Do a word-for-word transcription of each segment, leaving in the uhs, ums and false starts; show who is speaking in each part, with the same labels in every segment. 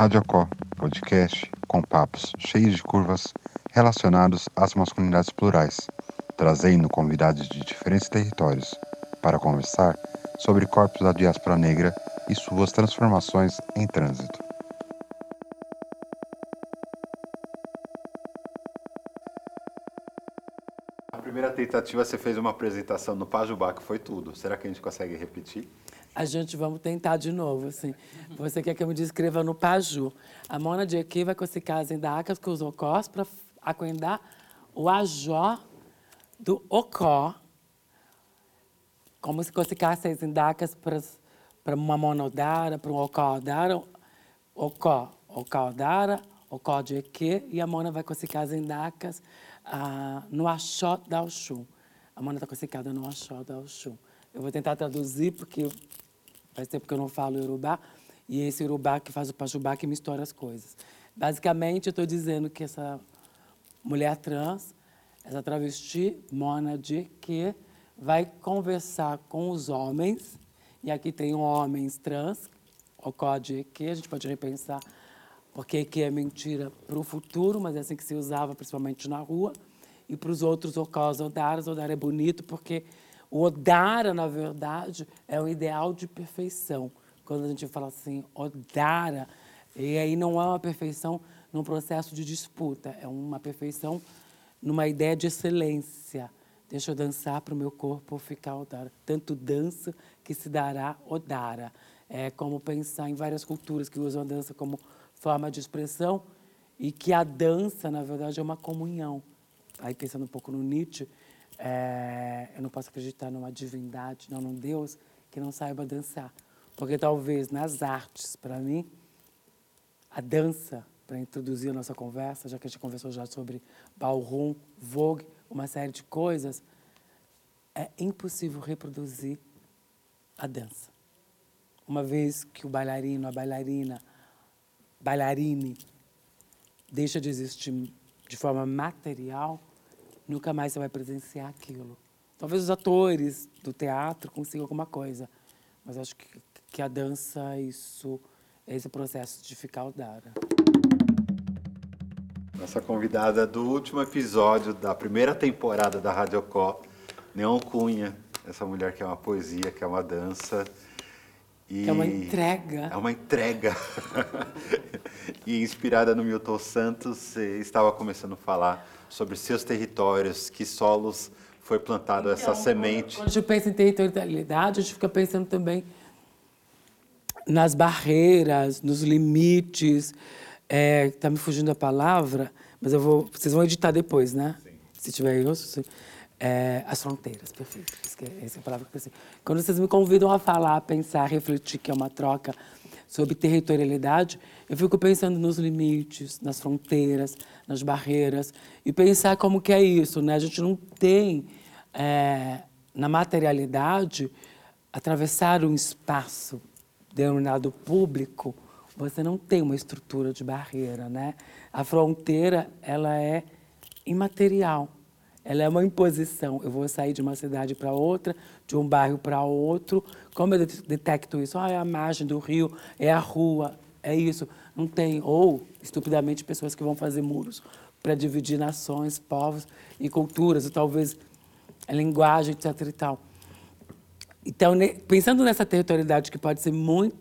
Speaker 1: Radiocó, podcast com papos cheios de curvas relacionados às masculinidades plurais, trazendo convidados de diferentes territórios para conversar sobre corpos da diáspora negra e suas transformações em trânsito.
Speaker 2: A primeira tentativa você fez uma apresentação no Pajubá, que foi tudo. Será que a gente consegue repetir?
Speaker 3: A gente vamos tentar de novo, assim. Você quer que eu me descreva no Paju. A Mona de aqui vai conseguir casa em Dacas com os Ocós para acuendar o Ajó do Ocó. Como se conseguisse as Indacas para uma Mona Odara, para um Ocó Odara, Ocó, Ocó Odara, Ocó de Eque, e a Mona vai conseguir as Indacas ah, no Axó da Oxum. A Mona está conseguida no Axó da Oxum. Eu vou tentar traduzir, porque faz tempo que eu não falo Yorubá, e é esse Yorubá que faz o Pajubá que mistura as coisas. Basicamente, eu estou dizendo que essa mulher trans, essa travesti, Mona de que vai conversar com os homens, e aqui tem homens trans, o código que a gente pode repensar, porque que é mentira para o futuro, mas é assim que se usava, principalmente na rua, e para os outros Ocós, Odaras, Odara é bonito, porque o Odara, na verdade, é o ideal de perfeição. Quando a gente fala assim, Odara, e aí não é uma perfeição num processo de disputa, é uma perfeição numa ideia de excelência. Deixa eu dançar para o meu corpo ficar Odara. Tanto dança que se dará Odara. É como pensar em várias culturas que usam a dança como forma de expressão e que a dança, na verdade, é uma comunhão. Aí, pensando um pouco no Nietzsche, é, eu não posso acreditar numa divindade, não num Deus que não saiba dançar. Porque talvez nas artes, para mim, a dança, para introduzir a nossa conversa, já que a gente conversou já sobre ballroom, vogue, uma série de coisas, é impossível reproduzir a dança. Uma vez que o bailarino, a bailarina, bailarine, deixa de existir de forma material, nunca mais você vai presenciar aquilo. Talvez os atores do teatro consigam alguma coisa, mas acho que, que a dança, isso, é esse processo de ficar Odara.
Speaker 2: Nossa convidada do último episódio da primeira temporada da Radiocó, Neon Cunha, essa mulher que é uma poesia, que é uma dança. E
Speaker 3: é uma entrega.
Speaker 2: É uma entrega. E inspirada no Milton Santos, você estava começando a falar sobre seus territórios, que solos foi plantado então, essa semente.
Speaker 3: Quando a gente pensa em territorialidade, a gente fica pensando também nas barreiras, nos limites. É, tá me fugindo a palavra, mas eu vou, vocês vão editar depois, né? Sim. Se tiver isso. É, as fronteiras, perfeito. Essa é a palavra que eu pensei. Quando vocês me convidam a falar, a pensar, a refletir, que é uma troca sobre territorialidade, eu fico pensando nos limites, nas fronteiras, nas barreiras, e pensar como que é isso, né? A gente não tem, é, na materialidade, atravessar um espaço denominado público, você não tem uma estrutura de barreira, né? A fronteira, ela é imaterial. Ela é uma imposição. Eu vou sair de uma cidade para outra, de um bairro para outro. Como eu detecto isso? Ah, é a margem do rio, é a rua, é isso. Não tem. Ou, estupidamente, pessoas que vão fazer muros para dividir nações, povos e culturas, ou talvez a linguagem, etc e tal. Então, pensando nessa territorialidade que pode ser muito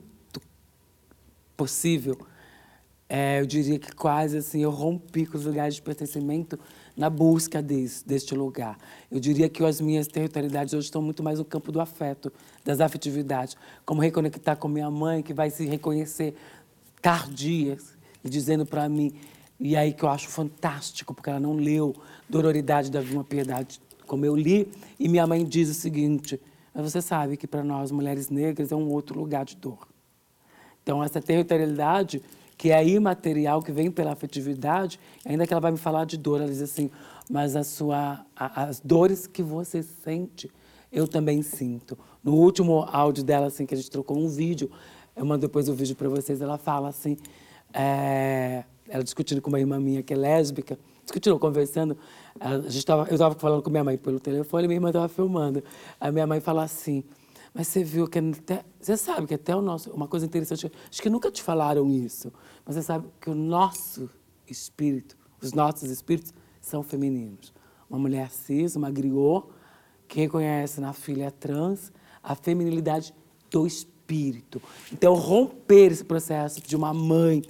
Speaker 3: possível, é, eu diria que quase assim, eu rompi com os lugares de pertencimento na busca desse, deste lugar. Eu diria que as minhas territorialidades hoje estão muito mais no campo do afeto, das afetividades. Como reconectar com minha mãe, que vai se reconhecer tardias, e dizendo para mim, e aí que eu acho fantástico, porque ela não leu Dororidade da Vilma Piedade como eu li, e minha mãe diz o seguinte, mas você sabe que para nós, mulheres negras, é um outro lugar de dor. Então, essa territorialidade, que é imaterial, que vem pela afetividade, ainda que ela vai me falar de dor, ela diz assim, mas a sua, a, as dores que você sente, eu também sinto. No último áudio dela, assim, que a gente trocou um vídeo, eu mando depois o vídeo para vocês, ela fala assim, é, ela discutindo com uma irmã minha que é lésbica, discutindo, conversando, a gente tava, eu estava falando com minha mãe pelo telefone e minha irmã estava filmando. A minha mãe fala assim, Mas você viu que até, você sabe que até o nosso, uma coisa interessante, acho que nunca te falaram isso, mas você sabe que o nosso espírito, os nossos espíritos são femininos. Uma mulher cis, uma griot, que reconhece na filha trans a feminilidade do espírito. Então, romper esse processo de uma mãe,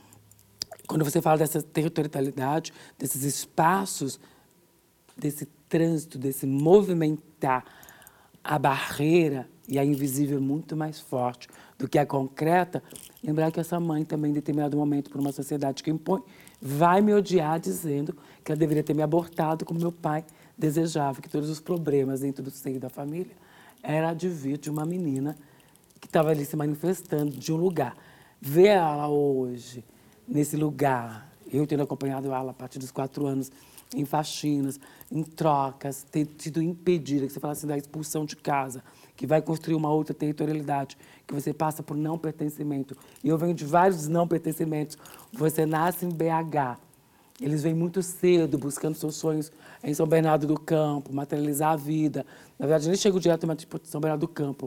Speaker 3: quando você fala dessa territorialidade, desses espaços, desse trânsito, desse movimentar, a barreira e a invisível é muito mais forte do que a concreta, lembrar que essa mãe também, em determinado momento, por uma sociedade que impõe, vai me odiar dizendo que ela deveria ter me abortado como meu pai desejava, que todos os problemas dentro do seio da família era advir de uma menina que estava ali se manifestando de um lugar. Ver ela hoje, nesse lugar, eu tendo acompanhado ela a partir dos quatro anos, em faxinas, em trocas, ter sido impedida, que você fala assim, da expulsão de casa, que vai construir uma outra territorialidade, que você passa por não pertencimento. E eu venho de vários não pertencimentos. Você nasce em B H, eles vêm muito cedo buscando seus sonhos em São Bernardo do Campo, materializar a vida. Na verdade, nem chego direto em São Bernardo do Campo,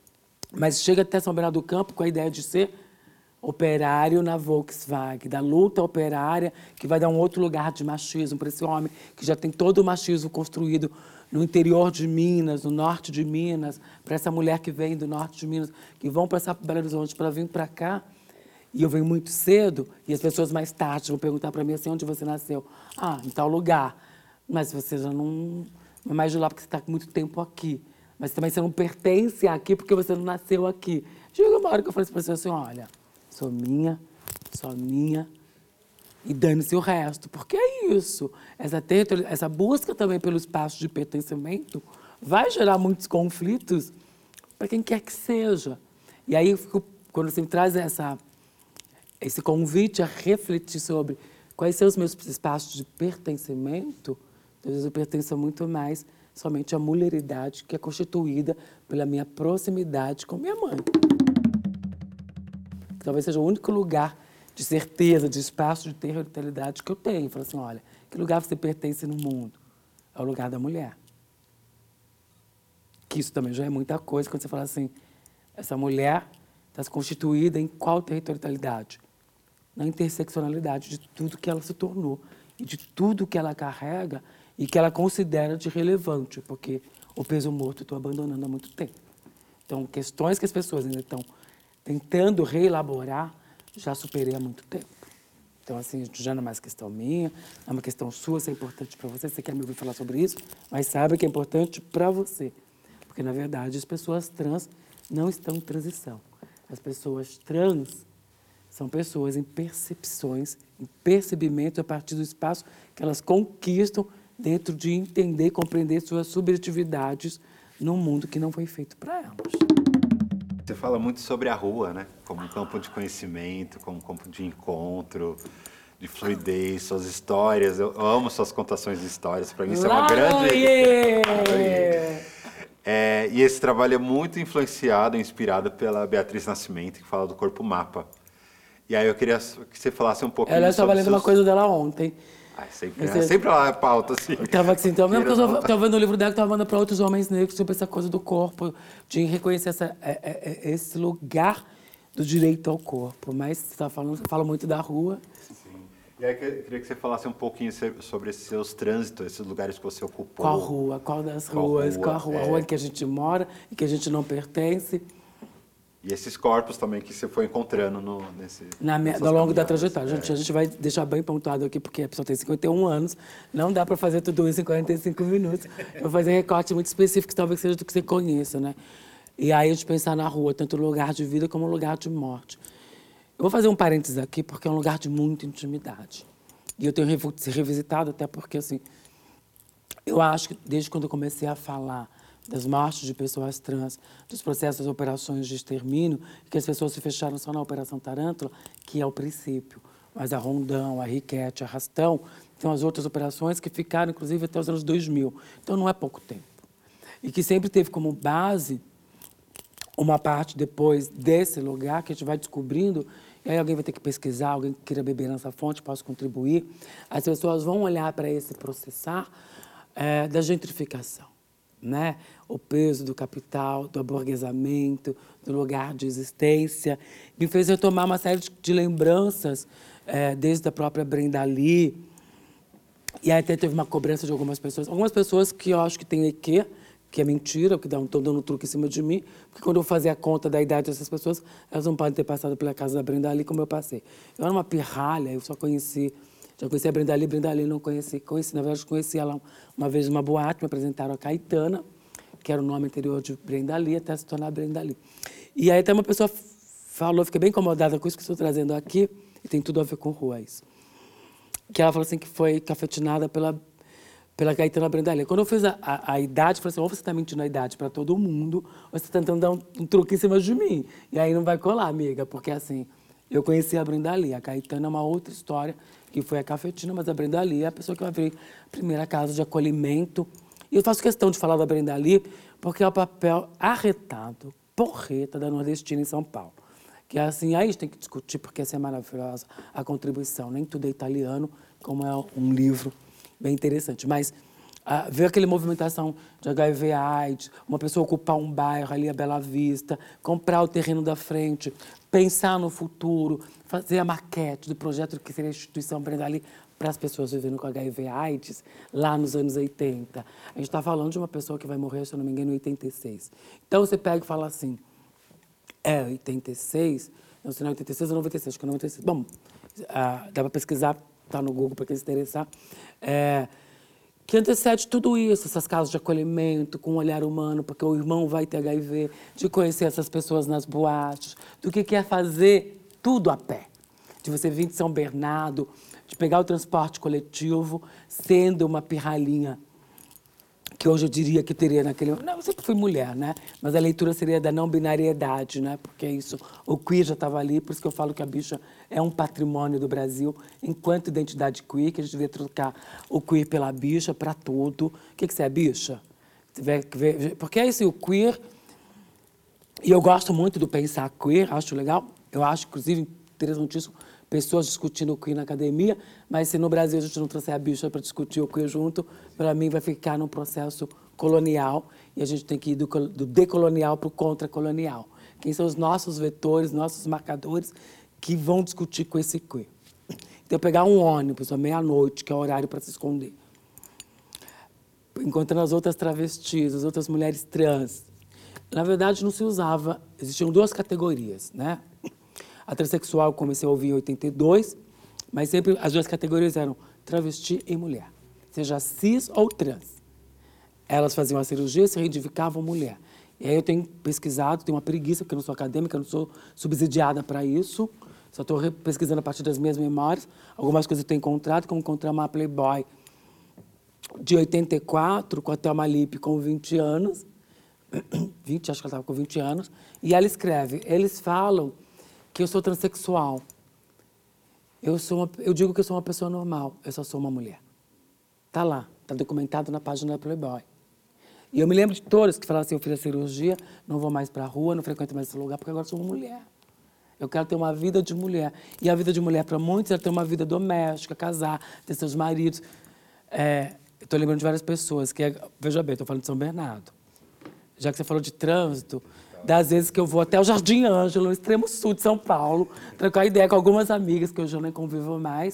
Speaker 3: mas chega até São Bernardo do Campo com a ideia de ser operário na Volkswagen, da luta operária, que vai dar um outro lugar de machismo para esse homem que já tem todo o machismo construído no interior de Minas, no norte de Minas, para essa mulher que vem do norte de Minas, que vão passar por Belo Horizonte para vir para cá. E eu venho muito cedo, e as pessoas mais tarde vão perguntar para mim assim, onde você nasceu? Ah, em tal lugar. Mas você já não, não é mais de lá porque você está com muito tempo aqui. Mas também você não pertence aqui porque você não nasceu aqui. Chega uma hora que eu falei para você assim, olha, sou minha, sou minha, e dane-se o resto. Porque é isso. Essa, essa busca também pelo espaço de pertencimento vai gerar muitos conflitos para quem quer que seja. E aí, eu fico, quando você me traz essa, esse convite a refletir sobre quais são os meus espaços de pertencimento, às vezes eu pertenço muito mais somente à mulheridade que é constituída pela minha proximidade com minha mãe. Talvez seja o único lugar de certeza, de espaço, de territorialidade que eu tenho. Falo assim, olha, que lugar você pertence no mundo? É o lugar da mulher. Que isso também já é muita coisa, quando você fala assim, essa mulher está constituída em qual territorialidade? Na interseccionalidade de tudo que ela se tornou e de tudo que ela carrega e que ela considera de relevante, porque o peso morto eu estou abandonando há muito tempo. Então, questões que as pessoas ainda estão tentando reelaborar, já superei há muito tempo. Então, assim, já não é mais questão minha, é uma questão sua, se é importante para você, você quer me ouvir falar sobre isso, mas saiba que é importante para você. Porque, na verdade, as pessoas trans não estão em transição. As pessoas trans são pessoas em percepções, em percebimento a partir do espaço que elas conquistam dentro de entender e compreender suas subjetividades num mundo que não foi feito para elas.
Speaker 2: Você fala muito sobre a rua, né? Como um campo de conhecimento, como um campo de encontro, de fluidez, suas histórias. Eu amo suas contações de histórias. Para mim isso é uma grande...
Speaker 3: Yeah!
Speaker 2: É, e esse trabalho é muito influenciado, inspirado pela Beatriz Nascimento, que fala do corpo mapa. E aí eu queria que você falasse um pouquinho
Speaker 3: Ela estava
Speaker 2: sobre
Speaker 3: lendo
Speaker 2: seus...
Speaker 3: uma coisa dela ontem.
Speaker 2: Ai, sempre,
Speaker 3: Você...
Speaker 2: é, sempre lá é pauta, assim.
Speaker 3: Eu estava assim, então, mesmo que eu estava vendo o livro dela, que estava mandando para outros homens negros sobre essa coisa do corpo, de reconhecer essa, é, é, é, esse lugar do direito ao corpo. Mas você está falando, você fala muito da rua.
Speaker 2: Sim. E aí eu queria que você falasse um pouquinho sobre esses seus trânsitos, esses lugares que você ocupou.
Speaker 3: Qual rua? Qual das
Speaker 2: qual
Speaker 3: ruas?
Speaker 2: rua,
Speaker 3: qual a rua?
Speaker 2: é...
Speaker 3: A rua em que a gente mora e que a gente não pertence.
Speaker 2: E esses corpos também que você foi encontrando no, nesse,
Speaker 3: Na minha, ao longo da trajetória. É. Gente, a gente vai deixar bem pontuado aqui, porque a pessoa tem cinquenta e um anos, não dá para fazer tudo isso em quarenta e cinco minutos. Eu vou fazer recorte muito específico, talvez seja do que você conheça, né? E aí a gente pensar na rua, tanto lugar de vida como lugar de morte. Eu vou fazer um parênteses aqui, porque é um lugar de muita intimidade. E eu tenho revisitado, até porque, assim, eu acho que desde quando eu comecei a falar das mortes de pessoas trans, dos processos das operações de extermínio, que as pessoas se fecharam só na Operação Tarântula, que é o princípio. Mas a Rondão, a Riquete, a Rastão, tem as outras operações que ficaram, inclusive, até os anos dois mil. Então, não é pouco tempo. E que sempre teve como base uma parte depois desse lugar que a gente vai descobrindo, e aí alguém vai ter que pesquisar, alguém que queira beber nessa fonte, possa contribuir. As pessoas vão olhar para esse processar é, da gentrificação. né? O peso do capital, do aburguesamento, do lugar de existência. Me fez retomar uma série de, de lembranças, é, desde a própria Brenda Lee. E aí até teve uma cobrança de algumas pessoas. Algumas pessoas que eu acho que tem E Q, que é mentira, que estão dando truque em cima de mim, porque quando eu fazia a conta da idade dessas pessoas, elas não podem ter passado pela casa da Brenda Lee como eu passei. Eu era uma pirralha, eu só conheci... Já conheci a Brenda Lee, Brenda Lee não conheci. Conheci, na verdade, conheci ela uma vez numa boate, me apresentaram a Caetana, que era o nome anterior de Brenda Lee, até se tornar Brenda Lee. E aí até uma pessoa falou, fiquei bem incomodada com isso que estou trazendo aqui, e tem tudo a ver com rua isso. Que ela falou assim que foi cafetinada pela, pela Caetana Brenda Lee. Quando eu fiz a, a, a idade, eu falei assim, ou você está mentindo a idade para todo mundo, ou você está tentando dar um, um truque em cima de mim. E aí não vai colar, amiga, porque assim, eu conheci a Brenda Lee, a Caetana é uma outra história, que foi a cafetina, mas a Brenda Lee é a pessoa que vai abrir a primeira casa de acolhimento. E eu faço questão de falar da Brenda Lee, porque é o papel arretado, porreta da nordestina em São Paulo. Que é assim, aí a gente tem que discutir, porque essa é maravilhosa, a contribuição. Nem tudo é italiano, como é um livro bem interessante. Mas ah, ver aquela movimentação de H I V AIDS, uma pessoa ocupar um bairro ali, a Bela Vista, comprar o terreno da frente, pensar no futuro, fazer a maquete do projeto que seria a instituição Brenda Lee para as pessoas vivendo com H I V AIDS lá nos anos oitenta. A gente está falando de uma pessoa que vai morrer, se eu não me engano, em oitenta e seis. Então você pega e fala assim, é, oitenta e seis, não sei, não, oitenta e seis ou noventa e seis, acho que é noventa e seis. Bom, ah, dá para pesquisar, tá no Google para quem se interessar. É, que antecede tudo isso, essas casas de acolhimento, com um olhar humano, porque o irmão vai ter H I V, de conhecer essas pessoas nas boates, do que quer fazer tudo a pé. De você vir de São Bernardo, de pegar o transporte coletivo, sendo uma pirralhinha, que hoje eu diria que teria naquele... Não, eu sempre fui mulher, né? Mas a leitura seria da não-binariedade, né? Porque é isso, o queer já estava ali, por isso que eu falo que a bicha é um patrimônio do Brasil, enquanto identidade queer, que a gente devia trocar o queer pela bicha para tudo. O que, que você é, bicha? Porque é isso, o queer... E eu gosto muito do pensar queer, acho legal. Eu acho, inclusive, interessantíssimo pessoas discutindo o queer na academia, mas se no Brasil a gente não trouxer a bicha para discutir o queer junto, para mim vai ficar num processo colonial e a gente tem que ir do, do decolonial para o contracolonial. Quem são os nossos vetores, nossos marcadores que vão discutir com esse queer? Então, pegar um ônibus à meia-noite, que é o horário para se esconder, encontrando as outras travestis, as outras mulheres trans. Na verdade, não se usava, existiam duas categorias, né? A transexual eu comecei a ouvir em oitenta e dois, mas sempre as duas categorias eram travesti e mulher, seja cis ou trans. Elas faziam a cirurgia e se reivindicavam mulher. E aí eu tenho pesquisado, tenho uma preguiça, porque eu não sou acadêmica, eu não sou subsidiada para isso, só estou pesquisando a partir das minhas memórias. Algumas coisas eu tenho encontrado, como encontrar uma Playboy de oitenta e quatro, com a Thelma Lippe com vinte anos, vinte, acho que ela estava com vinte anos, e ela escreve, eles falam que eu sou transexual. Eu, sou uma, eu digo que eu sou uma pessoa normal, eu só sou uma mulher. Está lá, está documentado na página da Playboy. E eu me lembro de todas que falaram assim, eu fiz a cirurgia, não vou mais para a rua, não frequento mais esse lugar, porque agora sou uma mulher. Eu quero ter uma vida de mulher. E a vida de mulher, para muitos, é ter uma vida doméstica, casar, ter seus maridos. É, eu estou lembrando de várias pessoas, que é, veja bem, estou falando de São Bernardo. Já que você falou de trânsito, das vezes que eu vou até o Jardim Ângelo, no extremo sul de São Paulo, trocar ideia com algumas amigas que eu já nem convivo mais,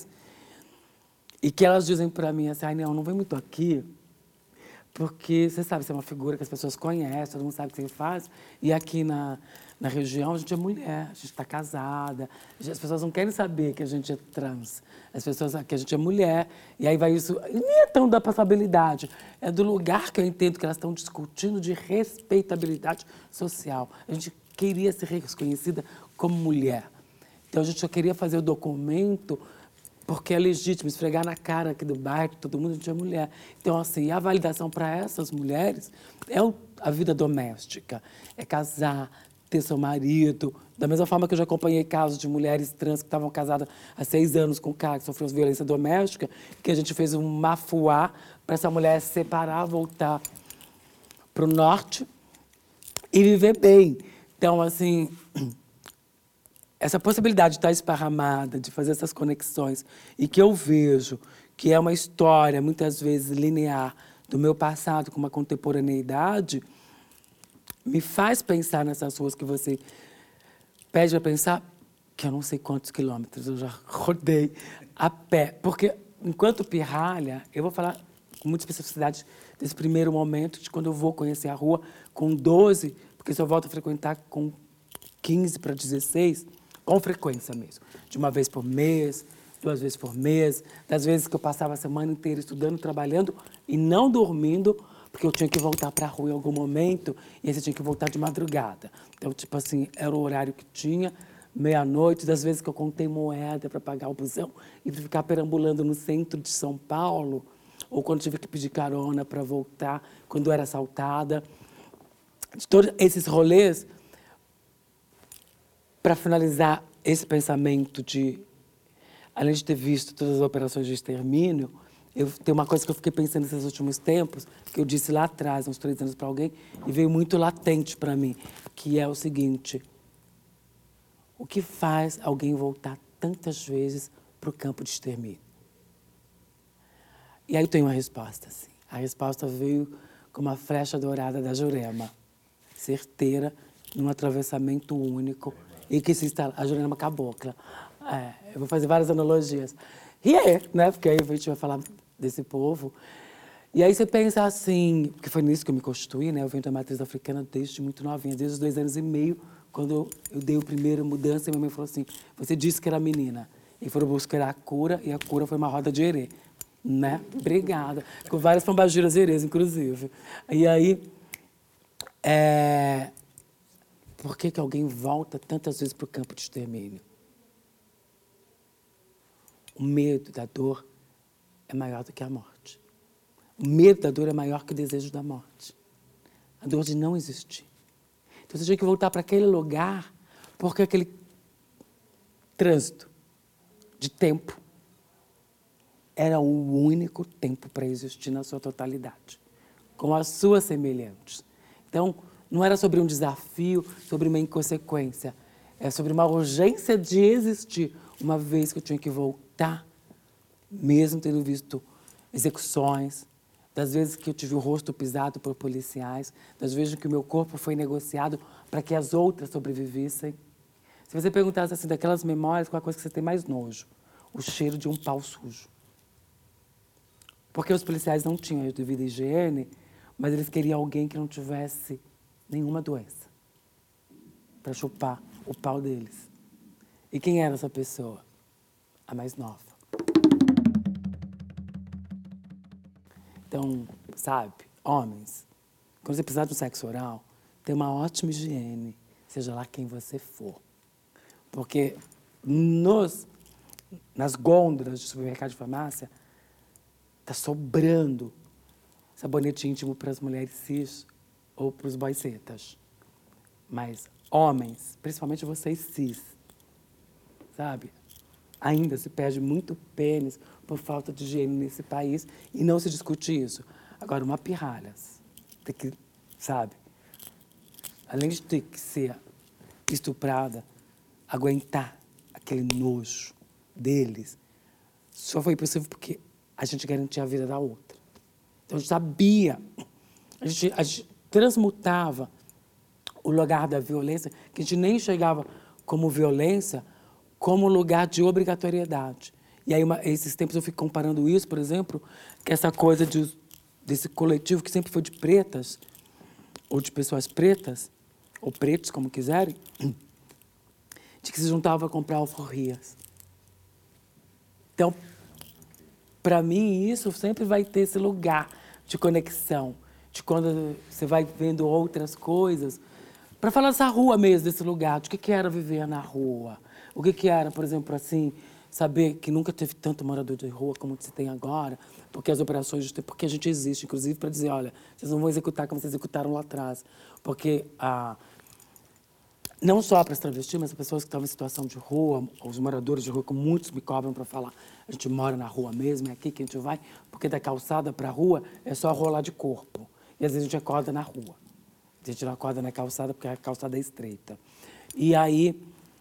Speaker 3: e que elas dizem para mim assim, ai, não, não vem muito aqui, porque você sabe, você é uma figura que as pessoas conhecem, todo mundo sabe o que você faz, e aqui na, na região a gente é mulher, a gente está casada, as pessoas não querem saber que a gente é trans, as pessoas que a gente é mulher, e aí vai isso, e nem é tão da passabilidade, é do lugar que eu entendo que elas estão discutindo de respeitabilidade social. A gente queria ser reconhecida como mulher. Então a gente só queria fazer o documento porque é legítimo, esfregar na cara aqui do bairro, todo mundo, a gente é mulher. Então, assim, a validação para essas mulheres é a vida doméstica, é casar, ter seu marido. Da mesma forma que eu já acompanhei casos de mulheres trans que estavam casadas há seis anos com um cara que sofreu violência doméstica, que a gente fez um mafuá para essa mulher se separar, voltar para o norte e viver bem. Então, assim, essa possibilidade de estar esparramada, de fazer essas conexões, e que eu vejo que é uma história, muitas vezes, linear, do meu passado com uma contemporaneidade, me faz pensar nessas ruas que você pede a pensar, que eu não sei quantos quilômetros eu já rodei a pé. Porque, enquanto pirralha, eu vou falar com muita especificidade desse primeiro momento, de quando eu vou conhecer a rua com doze, porque se eu volto a frequentar com quinze para dezesseis, com frequência mesmo. De uma vez por mês, duas vezes por mês, das vezes que eu passava a semana inteira estudando, trabalhando e não dormindo, porque eu tinha que voltar para a rua em algum momento, e aí você tinha que voltar de madrugada. Então, tipo assim, era o horário que tinha, meia-noite, das vezes que eu contei moeda para pagar o busão e para ficar perambulando no centro de São Paulo, ou quando tive que pedir carona para voltar, quando eu era assaltada. De todos esses rolês, para finalizar esse pensamento de, além de ter visto todas as operações de extermínio, eu tem uma coisa que eu fiquei pensando nesses últimos tempos, que eu disse lá atrás, uns três anos para alguém, e veio muito latente para mim, que é o seguinte: o que faz alguém voltar tantas vezes para o campo de extermínio? E aí eu tenho uma resposta, assim. A resposta veio com uma flecha dourada da Jurema, certeira, num atravessamento único, e que se instala, a Jurema Cabocla. É, eu vou fazer várias analogias. E é, né? Porque aí a gente vai falar desse povo. E aí você pensa assim, porque foi nisso que eu me constituí, né? Eu venho da matriz africana desde muito novinha, desde os dois anos e meio, quando eu, eu dei a primeira mudança, e minha mãe falou assim: você disse que era menina. E foram buscar a cura, e a cura foi uma roda de herê. Né? Obrigada. Com várias pombagiras herês, inclusive. E aí, é... por que que alguém volta tantas vezes para o campo de extermínio? O medo da dor é maior do que a morte. O medo da dor é maior que o desejo da morte. A dor de não existir. Então, você tinha que voltar para aquele lugar, porque aquele trânsito de tempo era o único tempo para existir na sua totalidade, com as suas semelhantes. Então, não era sobre um desafio, sobre uma inconsequência. É sobre uma urgência de existir, uma vez que eu tinha que voltar, mesmo tendo visto execuções, das vezes que eu tive o rosto pisado por policiais, das vezes que o meu corpo foi negociado para que as outras sobrevivessem. Se você perguntasse assim, daquelas memórias, qual a coisa que você tem mais nojo? O cheiro de um pau sujo. Porque os policiais não tinham a devida higiene, mas eles queriam alguém que não tivesse nenhuma doença para chupar o pau deles. E quem era essa pessoa? A mais nova. Então, sabe, homens, quando você precisar de um sexo oral, tem uma ótima higiene, seja lá quem você for. Porque nos, nas gôndolas de supermercado de farmácia, está sobrando sabonete íntimo para as mulheres cis ou para os boicetas. Mas homens, principalmente vocês cis, sabe? Ainda se perde muito pênis por falta de higiene nesse país e não se discute isso. Agora, uma pirralha, tem que, sabe? Além de ter que ser estuprada, aguentar aquele nojo deles, só foi possível porque a gente garantia a vida da outra. Então, a gente sabia, a gente, a gente transmutava o lugar da violência, que a gente nem chegava como violência, como lugar de obrigatoriedade. E aí, uma, esses tempos, eu fico comparando isso, por exemplo, que essa coisa de, desse coletivo que sempre foi de pretas, ou de pessoas pretas, ou pretos, como quiserem, de que se juntava a comprar alforrias. Então, para mim, isso sempre vai ter esse lugar de conexão, de quando você vai vendo outras coisas. Para falar dessa rua mesmo, desse lugar, de o que, que era viver na rua. O que, que era, por exemplo, assim, saber que nunca teve tanto morador de rua como se tem agora, porque as operações, porque a gente existe, inclusive, para dizer, olha, vocês não vão executar como vocês executaram lá atrás. Porque a... não só para as travestis, mas as pessoas que estavam em situação de rua, os moradores de rua, que muitos me cobram para falar, a gente mora na rua mesmo, é aqui que a gente vai, porque da calçada para a rua é só rolar de corpo. E às vezes a gente acorda na rua. A gente não acorda na calçada porque a calçada é estreita. E aí,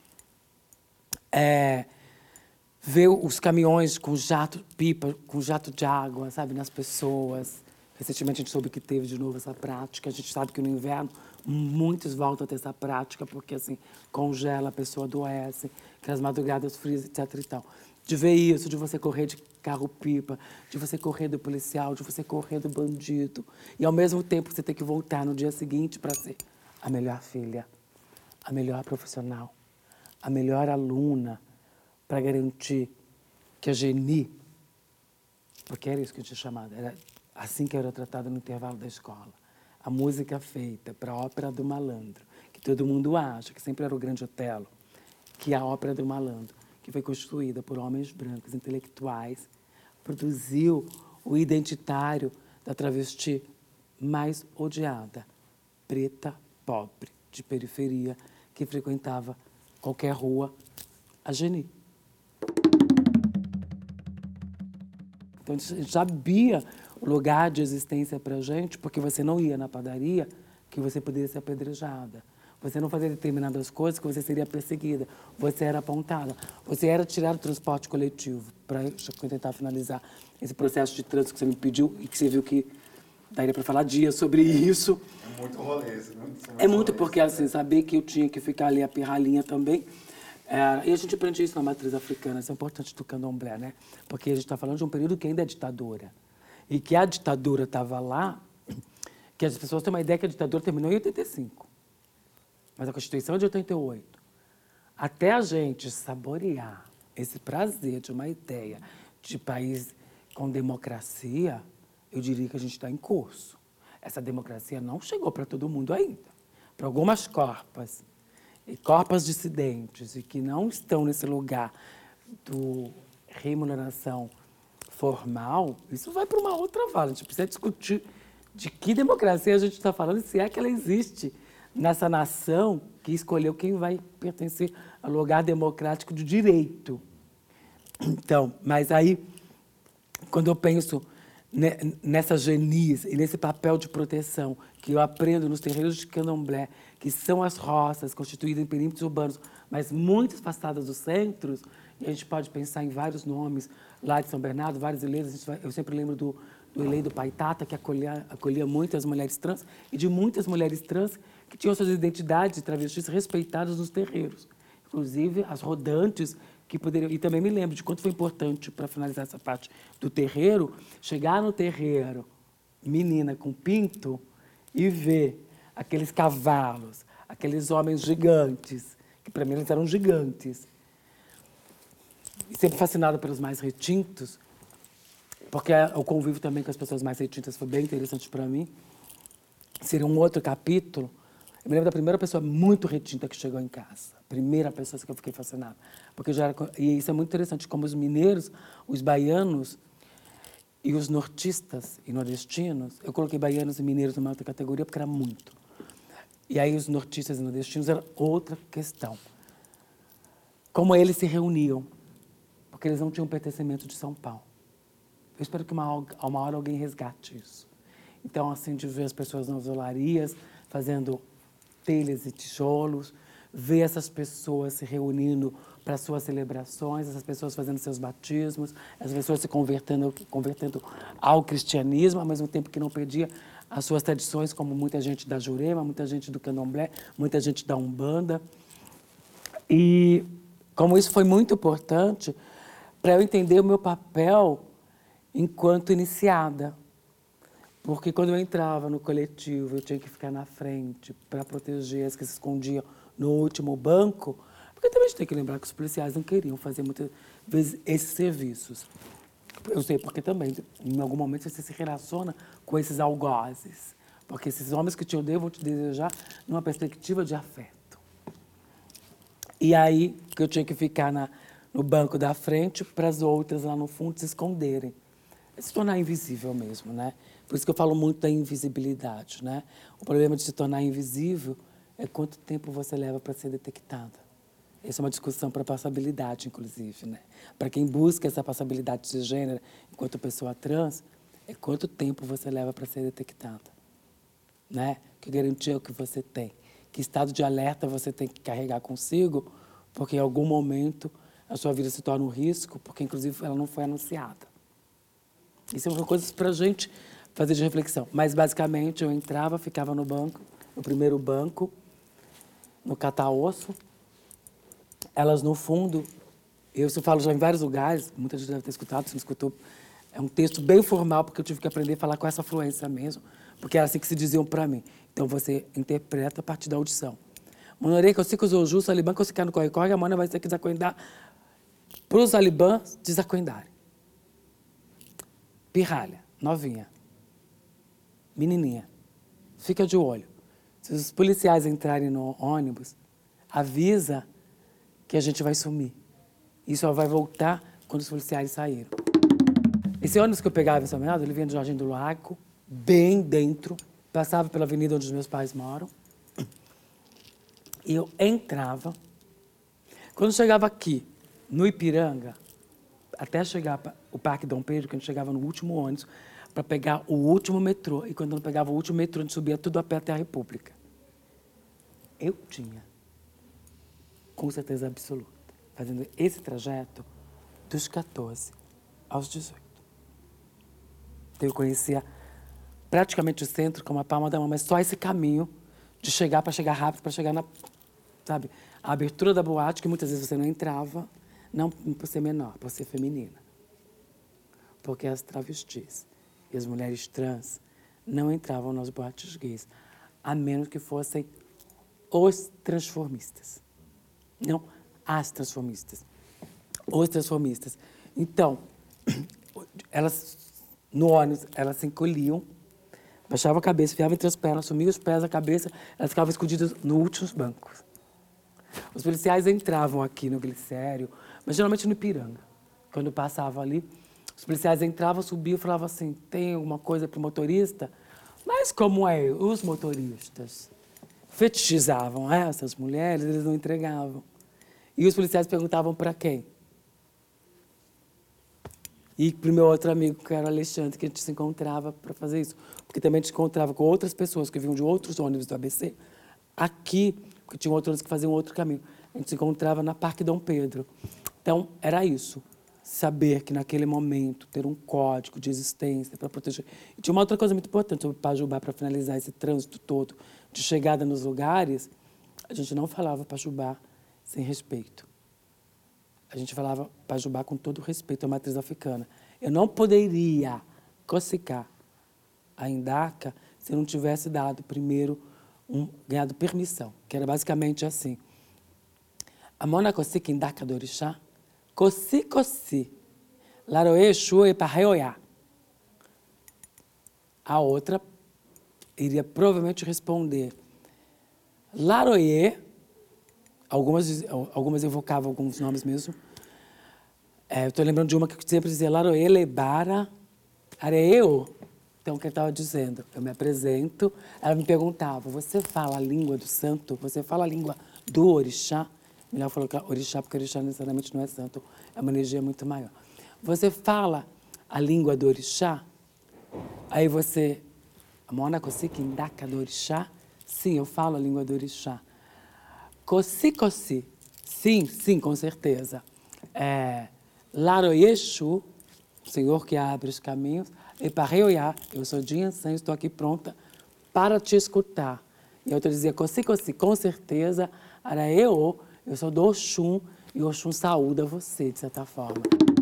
Speaker 3: é, ver os caminhões com jato, pipa, com jato de água, sabe, nas pessoas. Recentemente a gente soube que teve de novo essa prática. A gente sabe que no inverno muitos voltam a ter essa prática porque assim congela, a pessoa adoece, aquelas madrugadas frias, etc e tal. De ver isso, de você correr de carro-pipa, de você correr do policial, de você correr do bandido. E ao mesmo tempo você ter que voltar no dia seguinte para ser a melhor filha, a melhor profissional, a melhor aluna, para garantir que a Geni, porque era isso que eu tinha chamado, era assim que eu era tratada no intervalo da escola. A música feita para a Ópera do Malandro, que todo mundo acha, que sempre era o Grande Otelo, que é a Ópera do Malandro, que foi construída por homens brancos, intelectuais, produziu o identitário da travesti mais odiada, preta, pobre, de periferia, que frequentava qualquer rua, a Geni. Então, a gente sabia o lugar de existência para a gente, porque você não ia na padaria que você poderia ser apedrejada. Você não fazia determinadas coisas que você seria perseguida. Você era apontada. Você era tirado do transporte coletivo. Para eu tentar finalizar esse processo de trânsito que você me pediu e que você viu que daria para falar dias sobre isso.
Speaker 2: É muito rolê. Muito,
Speaker 3: é muito porque, assim, saber que eu tinha que ficar ali a pirralhinha também. É, e a gente aprende isso na matriz africana, isso é importante do candomblé, né? Porque a gente está falando de um período que ainda é ditadura. E que a ditadura estava lá, que as pessoas têm uma ideia que a ditadura terminou em oitenta e cinco. Mas a Constituição é de oitenta e oito. Até a gente saborear esse prazer de uma ideia de país com democracia, eu diria que a gente está em curso. Essa democracia não chegou para todo mundo ainda. Para algumas corpas. E corpas dissidentes e que não estão nesse lugar do remuneração formal, isso vai para uma outra vala. A gente precisa discutir de que democracia a gente está falando, se é que ela existe nessa nação que escolheu quem vai pertencer ao lugar democrático de direito. Então, mas aí, quando eu penso nessa geniz e nesse papel de proteção que eu aprendo nos terreiros de candomblé, que são as roças constituídas em perímetros urbanos, mas muito afastadas dos centros, e a gente pode pensar em vários nomes lá de São Bernardo, vários ileiros. Eu sempre lembro do, do Ilei do Paitata, que acolhia, acolhia muitas mulheres trans, e de muitas mulheres trans que tinham suas identidades de travestis respeitadas nos terreiros. Inclusive, as rodantes, que poderiam... E também me lembro de quanto foi importante, para finalizar essa parte do terreiro, chegar no terreiro, menina com pinto, e ver aqueles cavalos, aqueles homens gigantes, que para mim eles eram gigantes. E sempre fascinada pelos mais retintos, porque o convívio também com as pessoas mais retintas foi bem interessante para mim. Seria um outro capítulo. Eu me lembro da primeira pessoa muito retinta que chegou em casa. A primeira pessoa que eu fiquei fascinada. Porque já era, e isso é muito interessante, como os mineiros, os baianos e os nortistas e nordestinos, eu coloquei baianos e mineiros numa outra categoria porque era muito. E aí os nortistas e nordestinos era outra questão. Como eles se reuniam, porque eles não tinham pertencimento de São Paulo. Eu espero que uma, uma hora alguém resgate isso. Então, assim, de ver as pessoas nas olarias, fazendo telhas e tijolos, ver essas pessoas se reunindo para suas celebrações, essas pessoas fazendo seus batismos, as pessoas se convertendo, convertendo ao cristianismo, ao mesmo tempo que não perdia as suas tradições, como muita gente da Jurema, muita gente do Candomblé, muita gente da Umbanda. E como isso foi muito importante para eu entender o meu papel enquanto iniciada. Porque quando eu entrava no coletivo, eu tinha que ficar na frente para proteger as que se escondiam no último banco, porque também a gente tem que lembrar que os policiais não queriam fazer muitas vezes esses serviços. Eu sei porque também, em algum momento, você se relaciona com esses algozes, porque esses homens que te odeiam vão te desejar numa perspectiva de afeto. E aí que eu tinha que ficar na, no banco da frente para as outras lá no fundo se esconderem. Se tornar invisível mesmo, né? Por isso que eu falo muito da invisibilidade, né? O problema de se tornar invisível é quanto tempo você leva para ser detectada. Essa é uma discussão para passabilidade, inclusive, né? Para quem busca essa passabilidade de gênero enquanto pessoa trans, é quanto tempo você leva para ser detectada, né? Que garantia que você tem? Que estado de alerta você tem que carregar consigo, porque em algum momento a sua vida se torna um risco, porque inclusive ela não foi anunciada. Isso é uma coisa para a gente fazer de reflexão. Mas, basicamente, eu entrava, ficava no banco, no primeiro banco, no cata-osso. Elas, no fundo, eu isso eu falo já em vários lugares, muita gente deve ter escutado, se não escutou, é um texto bem formal, porque eu tive que aprender a falar com essa fluência mesmo, porque era assim que se diziam para mim. Então, você interpreta a partir da audição. Monorei, que eu sei que usou justo, Salibã, que eu sei que no corre-corre, a mana vai ter que desacoendar para os Salibãs desacoendarem. Pirralha, novinha, menininha, fica de olho. Se os policiais entrarem no ônibus, avisa que a gente vai sumir. E só vai voltar quando os policiais saíram. Esse ônibus que eu pegava em São Bernardo, ele vinha do Jardim do Lago, bem dentro, passava pela avenida onde os meus pais moram. E eu entrava. Quando chegava aqui, no Ipiranga, até chegar para o Parque Dom Pedro, que a gente chegava no último ônibus, para pegar o último metrô. E quando eu não pegava o último metrô, a gente subia tudo a pé até a República. Eu tinha, com certeza absoluta, fazendo esse trajeto dos quatorze aos dezoito. Então, eu conhecia praticamente o centro com a palma da mão, mas só esse caminho de chegar para chegar rápido, para chegar na, sabe, a abertura da boate, que muitas vezes você não entrava, não por ser menor, por ser feminina. Porque as travestis e as mulheres trans não entravam nas boates gays, a menos que fossem os transformistas. Não as transformistas. Os transformistas. Então, elas, no ônibus, elas se encolhiam, baixavam a cabeça, enfiavam entre as pernas, sumiam os pés, a cabeça, elas ficavam escondidas nos últimos bancos. Os policiais entravam aqui no Glicério, mas geralmente no Ipiranga. Quando passavam ali, os policiais entravam, subiam e falavam assim, tem alguma coisa para o motorista? Mas como é? Os motoristas fetichizavam essas mulheres, eles não entregavam. E os policiais perguntavam para quem? E para o meu outro amigo, que era o Alexandre, que a gente se encontrava para fazer isso. Porque também a gente se encontrava com outras pessoas que vinham de outros ônibus do A B C, aqui, porque tinham outros que faziam outro caminho. A gente se encontrava na Parque Dom Pedro. Então, era isso. Saber que, naquele momento, ter um código de existência para proteger. E tinha uma outra coisa muito importante sobre Pajubá, para finalizar esse trânsito todo de chegada nos lugares, a gente não falava Pajubá sem respeito. A gente falava Pajubá com todo respeito à matriz africana. Eu não poderia cocicar a Indaka se eu não tivesse dado primeiro, um, ganhado permissão, que era basicamente assim. A mona cocica Indaka do orixá, coci, coci, laroê, chue, parreoiá. A outra iria provavelmente responder laroê, algumas, algumas evocavam alguns nomes mesmo. É, eu estou lembrando de uma que sempre dizia laroê, lebara, areeu. Então, o que ele estava dizendo? Eu me apresento, ela me perguntava, você fala a língua do santo? Você fala a língua do orixá? Melhor falou que orixá, porque orixá necessariamente não é santo, é uma energia muito maior. Você fala a língua do orixá? Aí você, a mona cocica indaka do orixá? Sim, eu falo a língua do orixá. Coci, coci. Sim, sim, com certeza. É, Laroyexu, o Senhor que abre os caminhos, e Parreoiá, eu sou Jinsan, estou aqui pronta para te escutar. E a outra dizia, coci, coci, com certeza, Araeô, eu sou do Oxum, e o Oxum saúda você, de certa forma.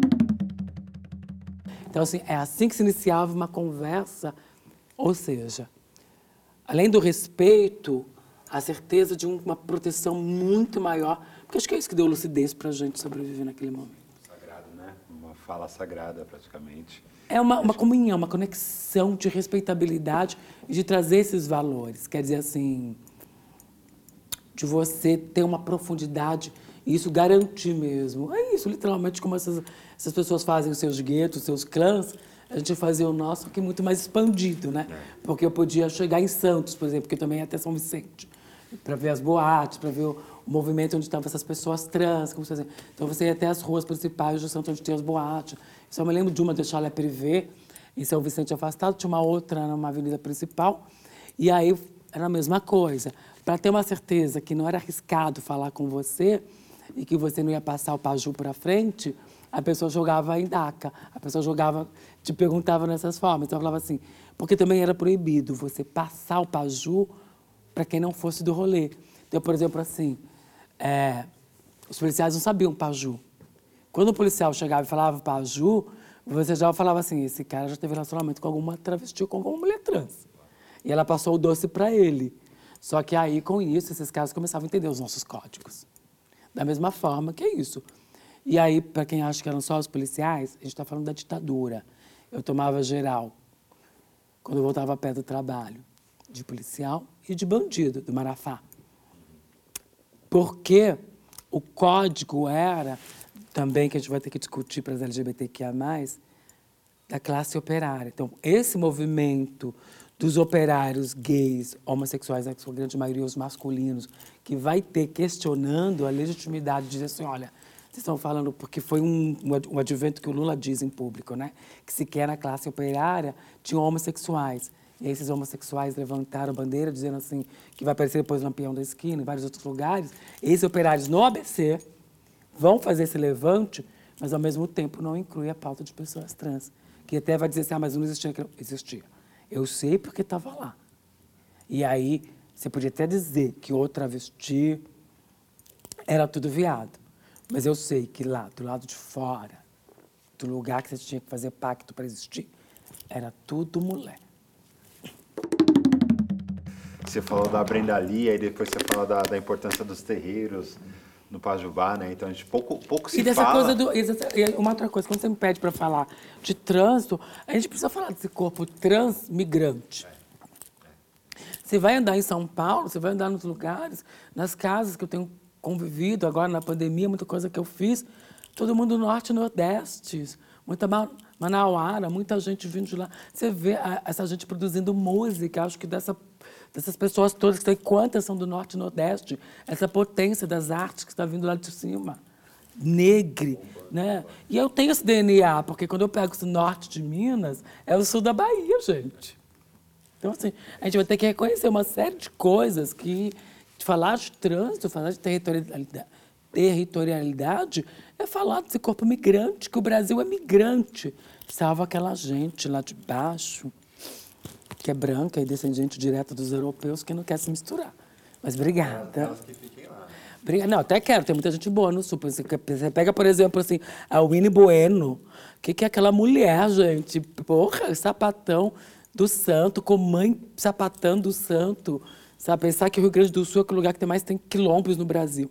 Speaker 3: Então, assim, é assim que se iniciava uma conversa, ou seja, além do respeito, a certeza de uma proteção muito maior, porque acho que é isso que deu lucidez para a gente sobreviver naquele momento.
Speaker 2: Sagrado, né? Uma fala sagrada, praticamente.
Speaker 3: É uma, uma comunhão, uma conexão de respeitabilidade e de trazer esses valores. Quer dizer, assim, de você ter uma profundidade e isso garantir mesmo. É isso, literalmente, como essas, essas pessoas fazem os seus guetos, os seus clãs, a gente fazia o nosso aqui muito mais expandido, né? Porque eu podia chegar em Santos, por exemplo, que eu também ia até São Vicente, para ver as boates, para ver o, o movimento onde estavam essas pessoas trans, como fazer. Então você ia até as ruas principais do Santos, onde tinha as boates. Só me lembro de uma de Chalé Privé, em São Vicente Afastado, tinha uma outra numa avenida principal, e aí era a mesma coisa. Para ter uma certeza que não era arriscado falar com você, e que você não ia passar o paju para frente, a pessoa jogava em daca. A pessoa jogava, te perguntava nessas formas. Então, eu falava assim, porque também era proibido você passar o paju para quem não fosse do rolê. Então, por exemplo, assim, é, os policiais não sabiam paju. Quando o policial chegava e falava paju, você já falava assim, esse cara já teve relacionamento com alguma travesti ou com alguma mulher trans. E ela passou o doce para ele. Só que aí, com isso, esses caras começavam a entender os nossos códigos. Da mesma forma que é isso. E aí, para quem acha que eram só os policiais, a gente está falando da ditadura. Eu tomava geral quando eu voltava a pé do trabalho, de policial e de bandido, do Marafá. Porque o código era, também que a gente vai ter que discutir para as L G B T Q I A mais, da classe operária. Então, esse movimento dos operários gays, homossexuais, na sua grande maioria os masculinos, que vai ter questionando a legitimidade de dizer assim, olha, vocês estão falando, porque foi um, um advento que o Lula diz em público, né? Que sequer na classe operária tinham homossexuais. E aí esses homossexuais levantaram a bandeira dizendo assim, que vai aparecer depois no Lampião da Esquina, em vários outros lugares. Esses operários no A B C vão fazer esse levante, mas ao mesmo tempo não inclui a pauta de pessoas trans. Que até vai dizer assim, ah, mas não existia. Existia. Eu sei porque estava lá. E aí, você podia até dizer que o travesti era tudo viado. Mas eu sei que lá, do lado de fora, do lugar que você tinha que fazer pacto para existir, era tudo mulher.
Speaker 2: Você falou da Brenda Lee, aí depois você fala da, da importância dos terreiros no Pajubá, né? Então a gente pouco, pouco se
Speaker 3: e dessa
Speaker 2: fala.
Speaker 3: Coisa do, e uma outra coisa, quando você me pede para falar de trânsito, a gente precisa falar desse corpo transmigrante. Você vai andar em São Paulo, você vai andar nos lugares, nas casas que eu tenho convivido, agora na pandemia, muita coisa que eu fiz, todo mundo norte e nordeste, muita manauara, muita gente vindo de lá. Você vê a, essa gente produzindo música, acho que dessa, dessas pessoas todas, que tem quantas são do norte e nordeste, essa potência das artes que está vindo lá de cima, negre, né? E eu tenho esse D N A, porque quando eu pego esse norte de Minas, é o sul da Bahia, gente. Então, assim, a gente vai ter que reconhecer uma série de coisas que falar de trânsito, falar de territorialidade, territorialidade é falar desse corpo migrante, que o Brasil é migrante. Salva aquela gente lá de baixo, que é branca e descendente direta dos europeus, que não quer se misturar. Mas obrigada.
Speaker 2: Elas que fiquem lá. Né?
Speaker 3: Não, até quero, tem muita gente boa no sul. Você pega, por exemplo, assim, a Winnie Bueno. O que, que é aquela mulher, gente? Porra, sapatão do santo, com mãe sapatão do santo. Sabe, pensar que o Rio Grande do Sul é o lugar que tem mais tem quilombos no Brasil.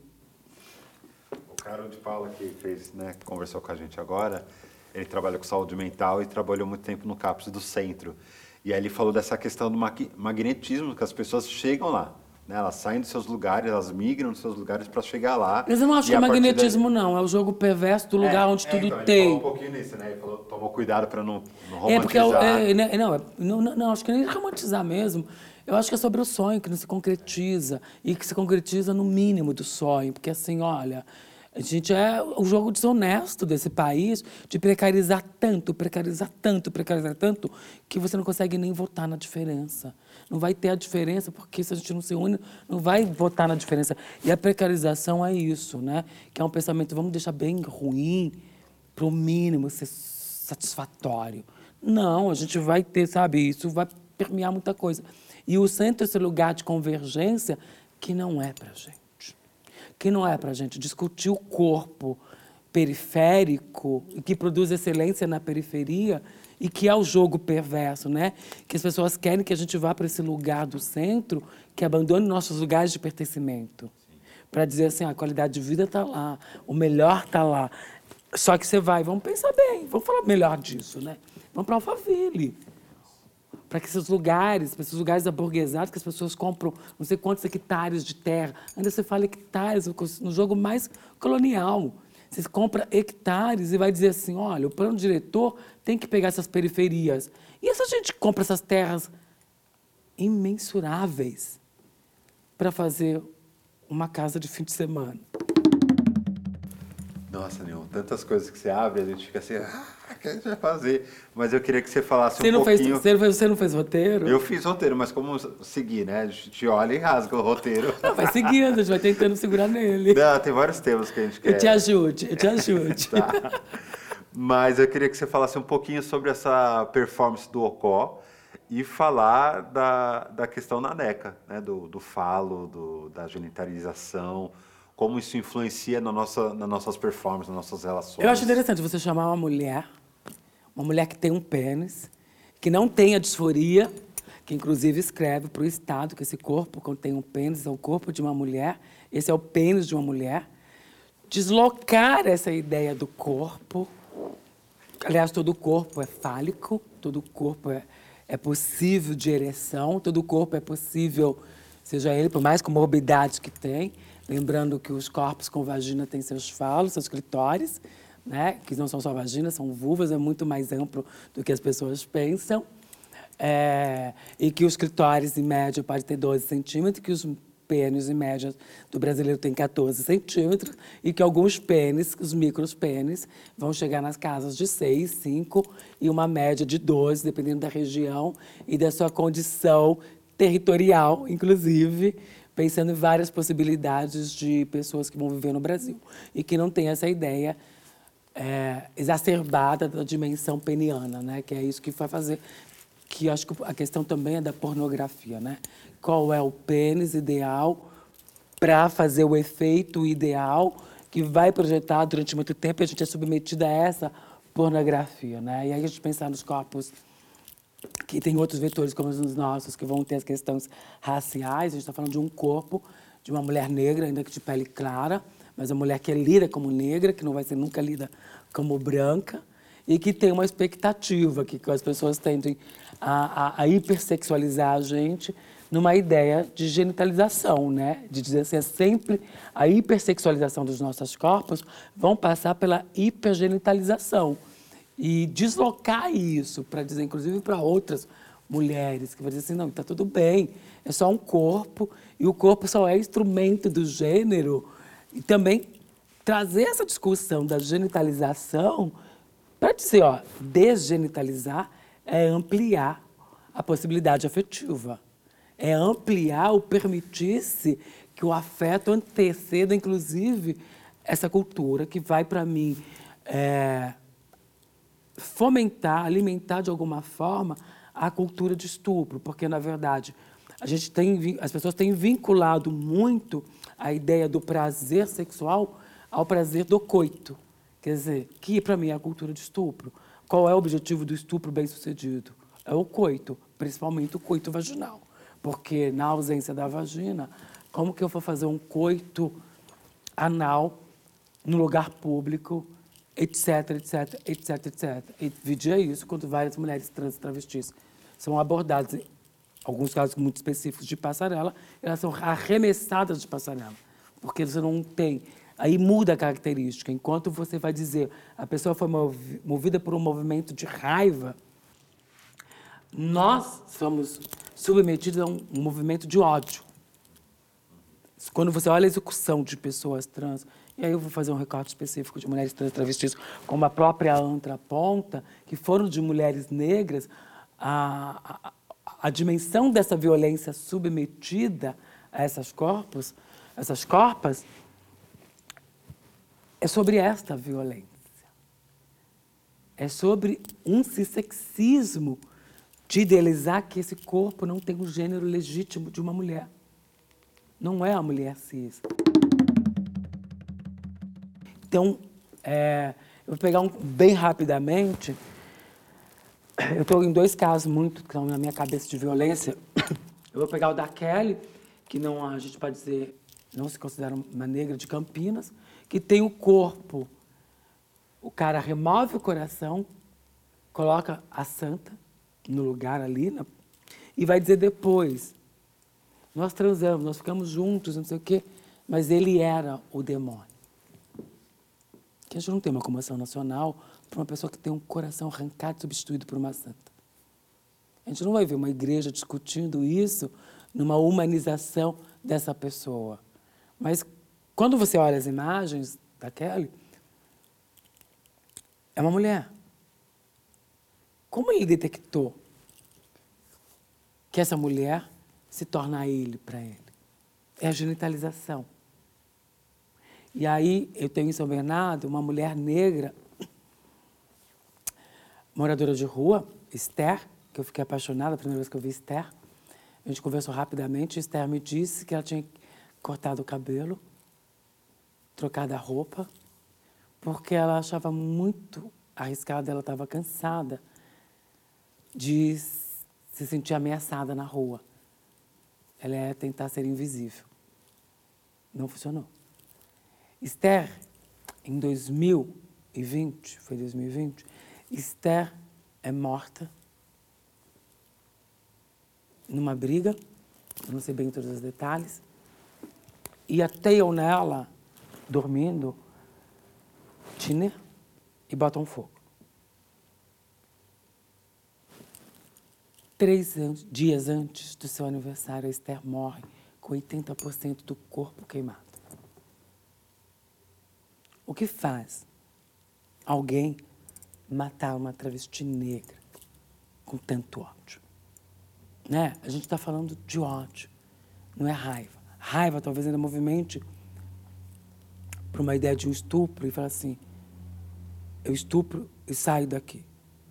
Speaker 2: O Carol de Paula, que fez, né, que conversou com a gente agora, ele trabalha com saúde mental e trabalhou muito tempo no CAPS do Centro. E aí ele falou dessa questão do magnetismo, que as pessoas chegam lá. Né, elas saem dos seus lugares, elas migram dos seus lugares para chegar lá.
Speaker 3: Mas eu não acho que é magnetismo, daí... não. É o jogo perverso do lugar é, onde é, tudo
Speaker 2: então,
Speaker 3: tem.
Speaker 2: Ele falou um pouquinho nisso, né? Ele falou, tomou cuidado para não, não romantizar.
Speaker 3: É, porque... Eu, é, não, não, não, não, acho que nem romantizar mesmo. Eu acho que é sobre o sonho que não se concretiza. E que se concretiza no mínimo do sonho. Porque, assim, olha... A gente é o jogo desonesto desse país de precarizar tanto, precarizar tanto, precarizar tanto, que você não consegue nem votar na diferença. Não vai ter a diferença, porque se a gente não se une, não vai votar na diferença. E a precarização é isso, né? Que é um pensamento, vamos deixar bem ruim, para o mínimo ser satisfatório. Não, a gente vai ter, sabe, isso vai permear muita coisa. E o centro é esse lugar de convergência que não é para a gente. Que não é para a gente discutir o corpo periférico, que produz excelência na periferia e que é o jogo perverso, né? Que as pessoas querem que a gente vá para esse lugar do centro, que abandone nossos lugares de pertencimento. Para dizer assim, a qualidade de vida está lá, o melhor está lá. Só que você vai, vamos pensar bem, vamos falar melhor disso, né? Vamos para Alphaville. Para que esses lugares, para esses lugares aburguesados, que as pessoas compram não sei quantos hectares de terra. Ainda você fala hectares, no jogo mais colonial. Você compra hectares e vai dizer assim, olha, o plano diretor tem que pegar essas periferias. E essa gente compra essas terras imensuráveis para fazer uma casa de fim de semana.
Speaker 2: Não, Nossa, Nil, tantas coisas que você abre, a gente fica assim, ah, o que a gente vai fazer? Mas eu queria que você falasse
Speaker 3: Você
Speaker 2: um
Speaker 3: não fez,
Speaker 2: pouquinho...
Speaker 3: você, não fez, você não fez roteiro?
Speaker 2: Eu fiz roteiro, mas como seguir, né? A gente olha e rasga o roteiro.
Speaker 3: Não, vai seguindo, a gente vai tentando segurar nele.
Speaker 2: Não, tem vários temas que a gente quer...
Speaker 3: Eu te ajude, eu te ajude.
Speaker 2: Tá. Mas eu queria que você falasse um pouquinho sobre essa performance do Ocó e falar da, da questão na NECA, né? Do, do falo, do, da genitalização, como isso influencia na nossa, nas nossas performances, nas nossas relações.
Speaker 3: Eu acho interessante você chamar uma mulher, uma mulher que tem um pênis, que não tem a disforia, que inclusive escreve para o Estado que esse corpo, quando tem um pênis, é o corpo de uma mulher, esse é o pênis de uma mulher, deslocar essa ideia do corpo. Aliás, todo o corpo é fálico, todo o corpo é, é possível de ereção, todo o corpo é possível, seja ele, por mais comorbidades que tem, lembrando que os corpos com vagina têm seus falos, seus clitóris, né? Que não são só vaginas, são vulvas, é muito mais amplo do que as pessoas pensam. É, e que os clitóris, em média, podem ter doze centímetros, que os pênis, em média, do brasileiro tem quatorze centímetros, e que alguns pênis, os micros pênis, vão chegar nas casas de seis, cinco e uma média de doze, dependendo da região e da sua condição territorial, inclusive, pensando em várias possibilidades de pessoas que vão viver no Brasil e que não têm essa ideia é, exacerbada da dimensão peniana, né? Que é isso que vai fazer, que acho que a questão também é da pornografia, né? Qual é o pênis ideal para fazer o efeito ideal que vai projetar durante muito tempo e a gente é submetida a essa pornografia, né? E aí a gente pensar nos corpos que tem outros vetores como os nossos, que vão ter as questões raciais. A gente está falando de um corpo de uma mulher negra, ainda que de pele clara, mas uma mulher que é lida como negra, que não vai ser nunca lida como branca, e que tem uma expectativa que, que as pessoas tendem a, a, a hipersexualizar a gente numa ideia de genitalização, né? De dizer assim, é sempre a hipersexualização dos nossos corpos vão passar pela hipergenitalização. E deslocar isso para dizer, inclusive para outras mulheres, que vão dizer assim, não, está tudo bem, é só um corpo, e o corpo só é instrumento do gênero. E também trazer essa discussão da genitalização para dizer, ó, desgenitalizar é ampliar a possibilidade afetiva. É ampliar o permitir-se que o afeto anteceda, inclusive, essa cultura que vai, para mim, é, fomentar, alimentar de alguma forma a cultura de estupro, porque na verdade a gente tem, as pessoas têm vinculado muito a ideia do prazer sexual ao prazer do coito, quer dizer, que para mim é a cultura de estupro. Qual é o objetivo do estupro bem-sucedido? É o coito, principalmente o coito vaginal, porque na ausência da vagina, como que eu vou fazer um coito anal no lugar público, etc, etc, etc, etcétera. E vidia isso quando várias mulheres trans e travestis são abordadas, em alguns casos muito específicos de passarela, elas são arremessadas de passarela, porque você não tem... Aí muda a característica. Enquanto você vai dizer a pessoa foi movida por um movimento de raiva, nós somos submetidos a um, um movimento de ódio. Quando você olha a execução de pessoas trans, e aí eu vou fazer um recorte específico de mulheres trans travestis, como a própria Antra aponta, que foram de mulheres negras, a, a, a dimensão dessa violência submetida a esses corpos, essas corpas, é sobre esta violência. É sobre um cissexismo de idealizar que esse corpo não tem o gênero legítimo de uma mulher. Não é a mulher cis. Então, é, eu vou pegar um, bem rapidamente, eu estou em dois casos muito que estão na minha cabeça de violência. Eu vou pegar o da Kelly, que não, a gente pode dizer, não se considera uma negra de Campinas, que tem o corpo, o cara remove o coração, coloca a santa no lugar ali, na, e vai dizer depois, nós transamos, nós ficamos juntos, não sei o quê, mas ele era o demônio. Que a gente não tem uma comoção nacional para uma pessoa que tem um coração arrancado e substituído por uma santa. A gente não vai ver uma igreja discutindo isso numa humanização dessa pessoa. Mas quando você olha as imagens da Kelly, é uma mulher. Como ele detectou que essa mulher se torna ele para ele? É a genitalização. E aí, eu tenho em São Bernardo uma mulher negra, moradora de rua, Esther, que eu fiquei apaixonada a primeira vez que eu vi Esther. A gente conversou rapidamente, Esther me disse que ela tinha cortado o cabelo, trocado a roupa, porque ela achava muito arriscado, ela estava cansada de se sentir ameaçada na rua. Ela ia tentar ser invisível. Não funcionou. Esther, em dois mil e vinte, foi dois mil e vinte, Esther é morta numa briga, eu não sei bem todos os detalhes, e ateiam nela, dormindo, tiner e botam fogo. Três anos, dias antes do seu aniversário, a Esther morre com oitenta por cento do corpo queimado. O que faz alguém matar uma travesti negra com tanto ódio? Né? A gente está falando de ódio, não é raiva. Raiva talvez ainda movimente para uma ideia de um estupro e falar assim, eu estupro e saio daqui.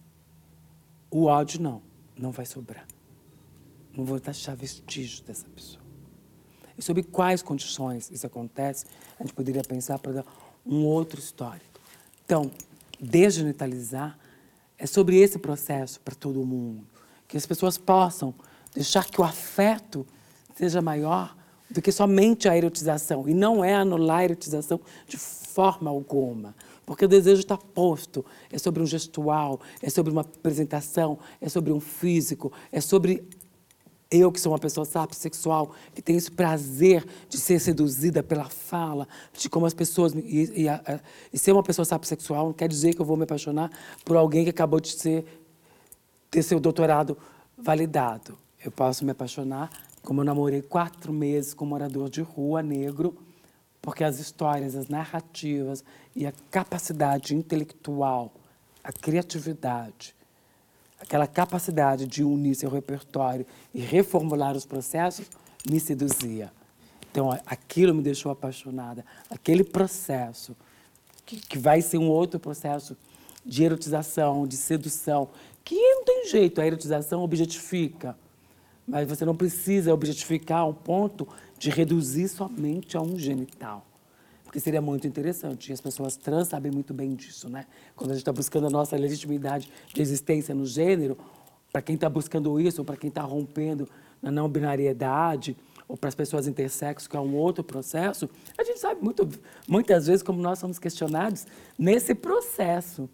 Speaker 3: O ódio não, não vai sobrar. Não vou deixar vestígios dessa pessoa. E sobre quais condições isso acontece, a gente poderia pensar para dar um outro histórico. Então, desgenitalizar é sobre esse processo para todo mundo. Que as pessoas possam deixar que o afeto seja maior do que somente a erotização. E não é anular a erotização de forma alguma. Porque o desejo está posto. É sobre um gestual, é sobre uma apresentação, é sobre um físico, é sobre eu, que sou uma pessoa sapiosexual, que tenho esse prazer de ser seduzida pela fala, de como as pessoas... E, e, a, e ser uma pessoa sapiosexual não quer dizer que eu vou me apaixonar por alguém que acabou de ser, ter seu doutorado validado. Eu posso me apaixonar, como eu namorei quatro meses com um morador de rua negro, porque as histórias, as narrativas e a capacidade intelectual, a criatividade, aquela capacidade de unir seu repertório e reformular os processos, me seduzia. Então, aquilo me deixou apaixonada. Aquele processo, que, que vai ser um outro processo de erotização, de sedução, que não tem jeito, a erotização objetifica, mas você não precisa objetificar ao ponto de reduzir somente a um genital. Porque seria muito interessante, e as pessoas trans sabem muito bem disso, né? Quando a gente está buscando a nossa legitimidade de existência no gênero, para quem está buscando isso, ou para quem está rompendo na não binariedade, ou para as pessoas intersexo, que é um outro processo, a gente sabe muito, muitas vezes como nós somos questionados nesse processo.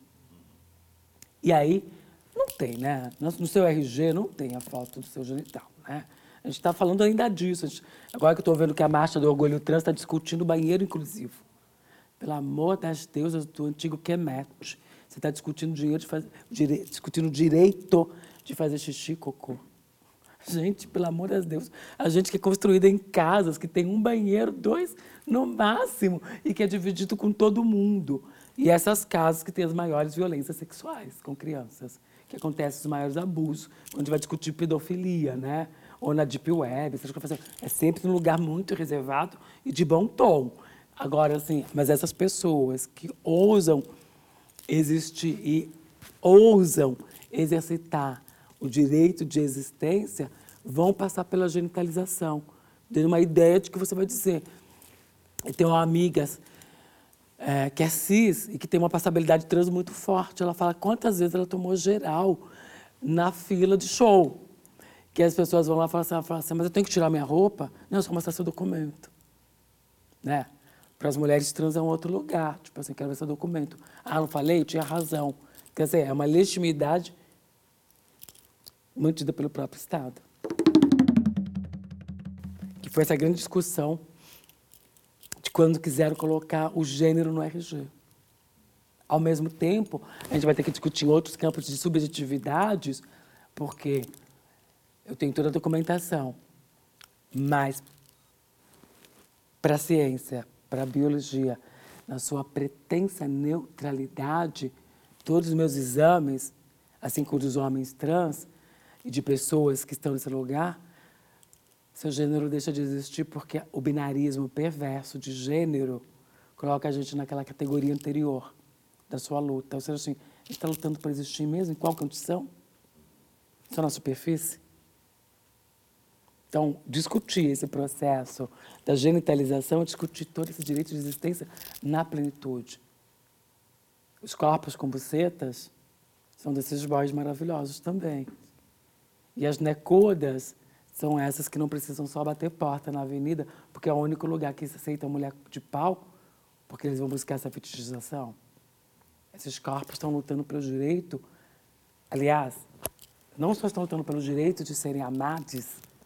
Speaker 3: E aí, não tem, né? No seu R G não tem a foto do seu genital, né? A gente está falando ainda disso. Gente, agora que eu estou vendo que a Marcha do Orgulho Trans está discutindo banheiro inclusivo. Pelo amor das deusas do antigo Kemet. Você está discutindo, dinheiro de fazer, dire, discutindo direito de fazer xixi e cocô. Gente, pelo amor das deusas. A gente que é construída em casas, que tem um banheiro, dois no máximo, e que é dividido com todo mundo. E essas casas que têm as maiores violências sexuais com crianças, que acontecem os maiores abusos, quando a gente vai discutir pedofilia, né? Ou na Deep Web, essas coisas. É sempre num lugar muito reservado e de bom tom. Agora, assim, mas essas pessoas que ousam existir e ousam exercitar o direito de existência vão passar pela genitalização, dando uma ideia de que você vai dizer. Eu tenho uma amiga é, que é cis e que tem uma passabilidade trans muito forte. Ela fala quantas vezes ela tomou geral na fila de show. Que as pessoas vão lá e falam assim, falam assim, mas eu tenho que tirar minha roupa? Não, só mostrar seu documento. Né? Para as mulheres trans é um outro lugar. Tipo assim, quero ver seu documento. Ah, não falei? Tinha razão. Quer dizer, é uma legitimidade mantida pelo próprio Estado. Que foi essa grande discussão de quando quiseram colocar o gênero no R G. Ao mesmo tempo, a gente vai ter que discutir outros campos de subjetividades, porque eu tenho toda a documentação, mas para a ciência, para a biologia, na sua pretensa neutralidade, todos os meus exames, assim como dos homens trans e de pessoas que estão nesse lugar, seu gênero deixa de existir porque o binarismo perverso de gênero coloca a gente naquela categoria anterior da sua luta. Ou seja, assim, a gente está lutando para existir mesmo? Em qual condição? Só na superfície? Então, discutir esse processo da genitalização é discutir todo esse direito de existência na plenitude. Os corpos com bucetas são desses boys maravilhosos também. E as necodas são essas que não precisam só bater porta na avenida, porque é o único lugar que se aceita a mulher de pau, porque eles vão buscar essa fetichização. Esses corpos estão lutando pelo direito, aliás, não só estão lutando pelo direito de serem amados,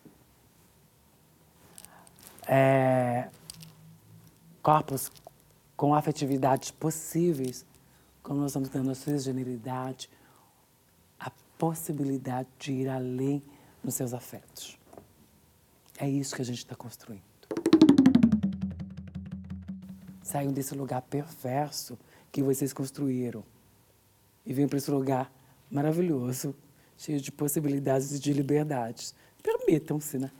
Speaker 3: é, corpos com afetividades possíveis, como nós estamos tendo a cisgeneridade, a possibilidade de ir além nos seus afetos. É isso que a gente está construindo. Saiam desse lugar perverso que vocês construíram e venham para esse lugar maravilhoso, cheio de possibilidades e de liberdades. Permitam-se, né?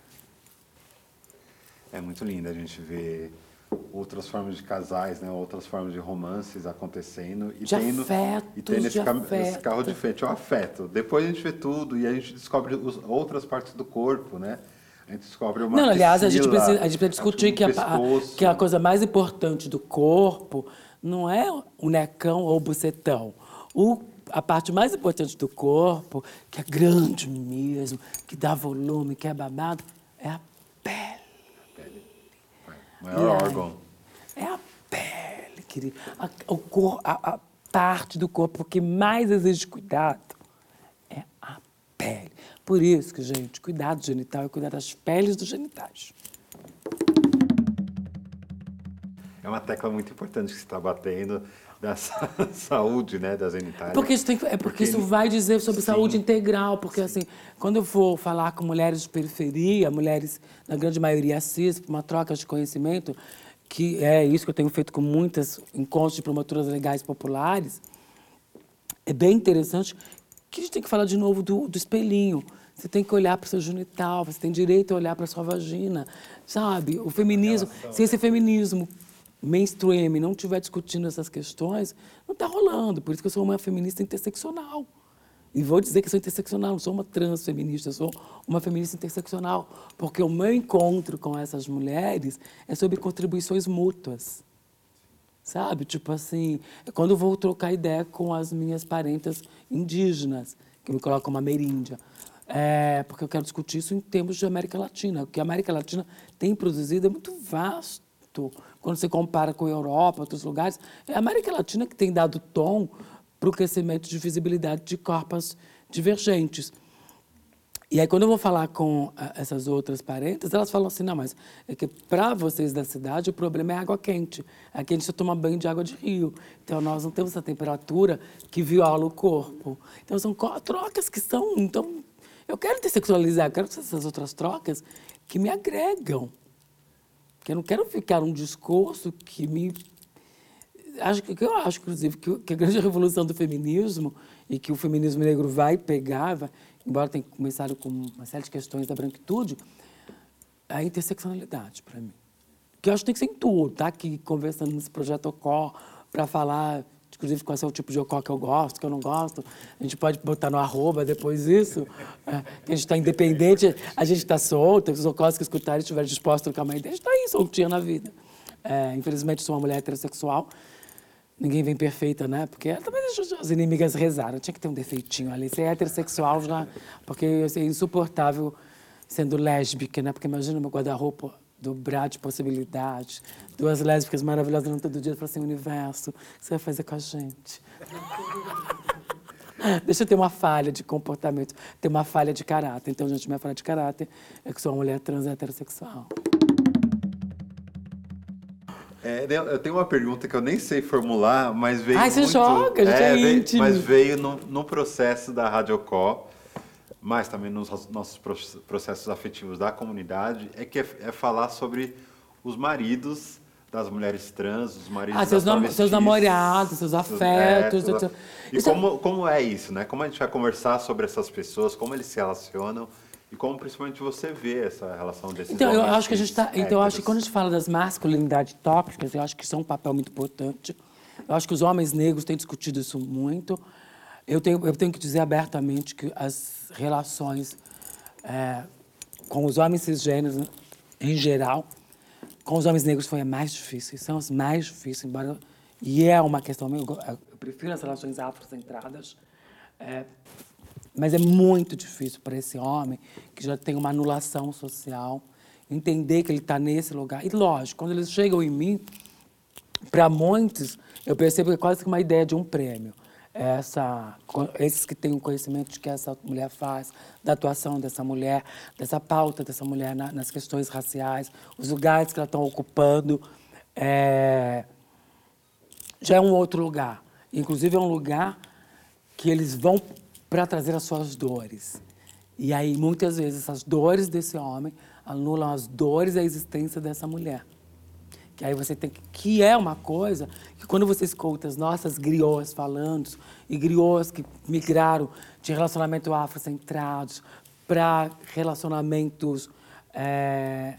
Speaker 2: É muito lindo a gente ver outras formas de casais, né? Outras formas de romances acontecendo. E
Speaker 3: de
Speaker 2: tendo,
Speaker 3: afetos,
Speaker 2: e tendo esse,
Speaker 3: de
Speaker 2: cam-
Speaker 3: afeto.
Speaker 2: esse carro de frente, é o afeto. Depois a gente vê tudo e a gente descobre os, outras partes do corpo, né? A gente descobre uma
Speaker 3: Não, aliás, a gente
Speaker 2: axila,
Speaker 3: precisa, a gente precisa discutir
Speaker 2: um
Speaker 3: que a, a,
Speaker 2: pescoço.
Speaker 3: que a coisa mais importante do corpo não é o necão ou o bucetão. O, a parte mais importante do corpo, que é grande mesmo, que dá volume, que é babado, é a pele.
Speaker 2: Maior
Speaker 3: E aí?
Speaker 2: órgão.
Speaker 3: É a pele, querido. A, o cor, a, a parte do corpo que mais exige cuidado é a pele. Por isso que, gente, cuidado genital é cuidar das peles dos genitais.
Speaker 2: É uma tecla muito importante que você está batendo da sa- saúde, né, das genitais.
Speaker 3: Porque isso tem, que- é porque,
Speaker 2: Porque
Speaker 3: isso
Speaker 2: ele-
Speaker 3: vai dizer sobre
Speaker 2: Sim.
Speaker 3: saúde integral. Porque, assim, quando eu for falar com mulheres de periferia, mulheres, na grande maioria, cis, para uma troca de conhecimento, que é isso que eu tenho feito com muitas encontros de promotoras legais populares, é bem interessante que a gente tem que falar de novo do, do espelhinho. Você tem que olhar para o seu genital, você tem direito a olhar para a sua vagina, sabe? O feminismo, se esse feminismo mainstream não estiver discutindo essas questões, não está rolando. Por isso que eu sou uma feminista interseccional. E vou dizer que sou interseccional, não sou uma transfeminista, eu sou uma feminista interseccional, porque o meu encontro com essas mulheres é sobre contribuições mútuas. Sabe? Tipo assim, é quando eu vou trocar ideia com as minhas parentas indígenas, que me colocam uma ameríndia. É, porque eu quero discutir isso em termos de América Latina. O que a América Latina tem produzido é muito vasto. Quando você compara com a Europa, outros lugares, é a América Latina que tem dado tom para o crescimento de visibilidade de corpos divergentes. E aí, quando eu vou falar com ah, essas outras parentes, elas falam assim, não, mas é que para vocês da cidade o problema é água quente. Aqui a gente toma banho de água de rio. Então, nós não temos essa temperatura que viola o corpo. Então, são co- trocas que são... Então, eu quero intersexualizar, eu quero essas outras trocas que me agregam. Porque eu não quero ficar num discurso que me... Acho que, que eu acho, inclusive, que, o- que a grande revolução do feminismo e que o feminismo negro vai pegar, vai, embora tenha começado com uma série de questões da branquitude, é a interseccionalidade, para mim. Que eu acho que tem que ser em tudo, tá? Aqui conversando nesse projeto Ocó, para falar, inclusive, qual é o tipo de Ocó que eu gosto, que eu não gosto. A gente pode botar no arroba depois isso, é, que a gente está independente, a gente está solta, os Ocós que escutarem estiverem dispostos a trocar uma ideia, a gente está aí, soltinha na vida. É, infelizmente, sou uma mulher heterossexual. Ninguém vem perfeita, né? Porque também deixa as inimigas rezaram. Tinha que ter um defeitinho ali. Ser heterossexual já... Porque é insuportável sendo lésbica, né? Porque imagina meu guarda-roupa dobrar de possibilidades. Duas lésbicas maravilhosas no todo dia. Falar assim, universo, o que você vai fazer com a gente? Deixa eu ter uma falha de comportamento, ter uma falha de caráter. Então, gente, minha falha de caráter é que sou uma mulher trans heterossexual.
Speaker 2: É, eu tenho uma pergunta que eu nem sei formular, mas veio
Speaker 3: Ai, você
Speaker 2: muito...
Speaker 3: joga, a gente é
Speaker 2: veio-
Speaker 3: íntimo.
Speaker 2: Mas veio no, no processo da Rádio Ocó, mas também nos nossos processos afetivos da comunidade, é que é, é falar sobre os maridos das mulheres trans, dos maridos
Speaker 3: Ah, seus,
Speaker 2: das
Speaker 3: nam
Speaker 2: travestis,
Speaker 3: seus namorados, seus afetos.
Speaker 2: É, seus... E
Speaker 3: Isso...
Speaker 2: como, como é isso, né? Como a gente vai conversar sobre essas pessoas, como eles se relacionam e como principalmente você vê essa relação desses
Speaker 3: então, eu
Speaker 2: homens
Speaker 3: acho que a gente tá, então eu acho que
Speaker 2: héteros.
Speaker 3: quando a gente fala das masculinidades tóxicas, eu acho que isso é um papel muito importante. Eu acho que os homens negros têm discutido isso muito. Eu tenho, eu tenho que dizer abertamente que as relações é, com os homens cisgêneros, em geral, com os homens negros foi a mais difícil, são as mais difíceis, embora... E é uma questão... Eu, eu prefiro as relações afrocentradas, é, mas é muito difícil para esse homem, que já tem uma anulação social, entender que ele está nesse lugar. E, lógico, quando eles chegam em mim, para muitos, eu percebo que é quase que uma ideia de um prêmio. Essa, esses que têm o conhecimento de que essa mulher faz, da atuação dessa mulher, dessa pauta dessa mulher na, nas questões raciais, os lugares que ela está ocupando, é, já é um outro lugar. Inclusive, é um lugar que eles vão para trazer as suas dores. E aí, muitas vezes, essas dores desse homem anulam as dores da existência dessa mulher. Que aí você tem que... Que é uma coisa que quando você escuta as nossas grioas falando, e grioas que migraram de relacionamento afrocentrados para relacionamentos é,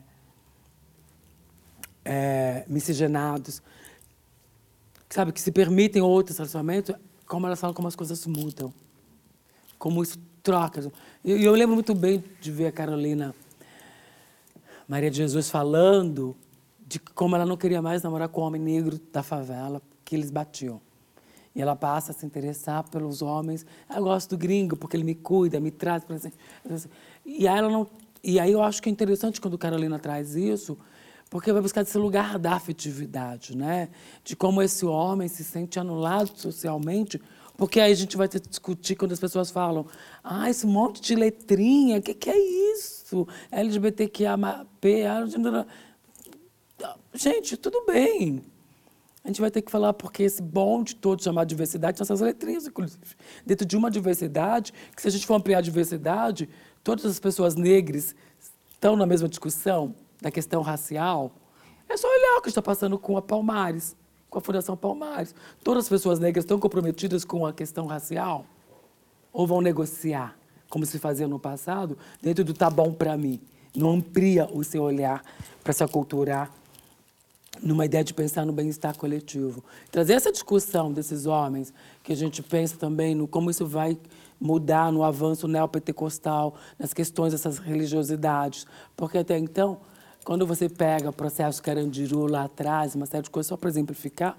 Speaker 3: é, miscigenados, sabe, que se permitem outros relacionamentos, como elas falam como as coisas mudam, como isso troca. E eu, eu lembro muito bem de ver a Carolina Maria de Jesus falando de como ela não queria mais namorar com o homem negro da favela, que eles batiam. E ela passa a se interessar pelos homens. Ah, eu gosto do gringo, porque ele me cuida, me traz... Pra... E, aí ela não... e aí eu acho que é interessante quando a Carolina traz isso, porque vai buscar esse lugar da afetividade, né? De como esse homem se sente anulado socialmente, porque aí a gente vai ter que discutir quando as pessoas falam ah, esse monte de letrinha, o que, que é isso? L G B T Q I P... Gente, tudo bem. A gente vai ter que falar porque esse bonde todo chamado diversidade são essas letrinhas, inclusive. Dentro de uma diversidade, que se a gente for ampliar a diversidade, todas as pessoas negras estão na mesma discussão da questão racial. É só olhar o que está passando com a Palmares, com a Fundação Palmares. Todas as pessoas negras estão comprometidas com a questão racial? Ou vão negociar, como se fazia no passado, dentro do tá bom para mim? Não amplia o seu olhar para se aculturar numa ideia de pensar no bem-estar coletivo. Trazer essa discussão desses homens, que a gente pensa também no como isso vai mudar no avanço neopentecostal, nas questões dessas religiosidades. Porque até então, quando você pega o processo Carandiru lá atrás, uma série de coisas, só para exemplificar,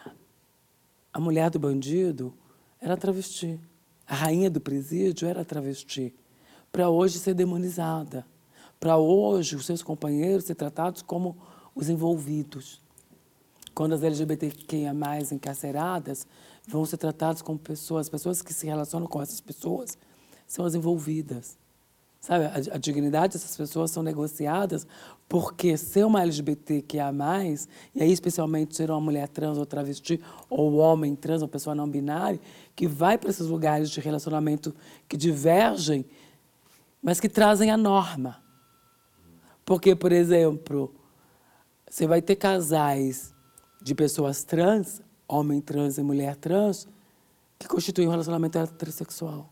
Speaker 3: a mulher do bandido era travesti. A rainha do presídio era travesti. Para hoje ser demonizada. Para hoje os seus companheiros ser tratados como os envolvidos. Quando as L G B T Q I A mais, encarceradas vão ser tratadas como pessoas, pessoas que se relacionam com essas pessoas são as envolvidas. Sabe, a, a dignidade dessas pessoas são negociadas porque ser uma L G B T Q I A mais, e aí especialmente ser uma mulher trans ou travesti, ou homem trans, ou pessoa não binária, que vai para esses lugares de relacionamento que divergem, mas que trazem a norma. Porque, por exemplo, você vai ter casais de pessoas trans, homem trans e mulher trans, que constituem um relacionamento heterossexual.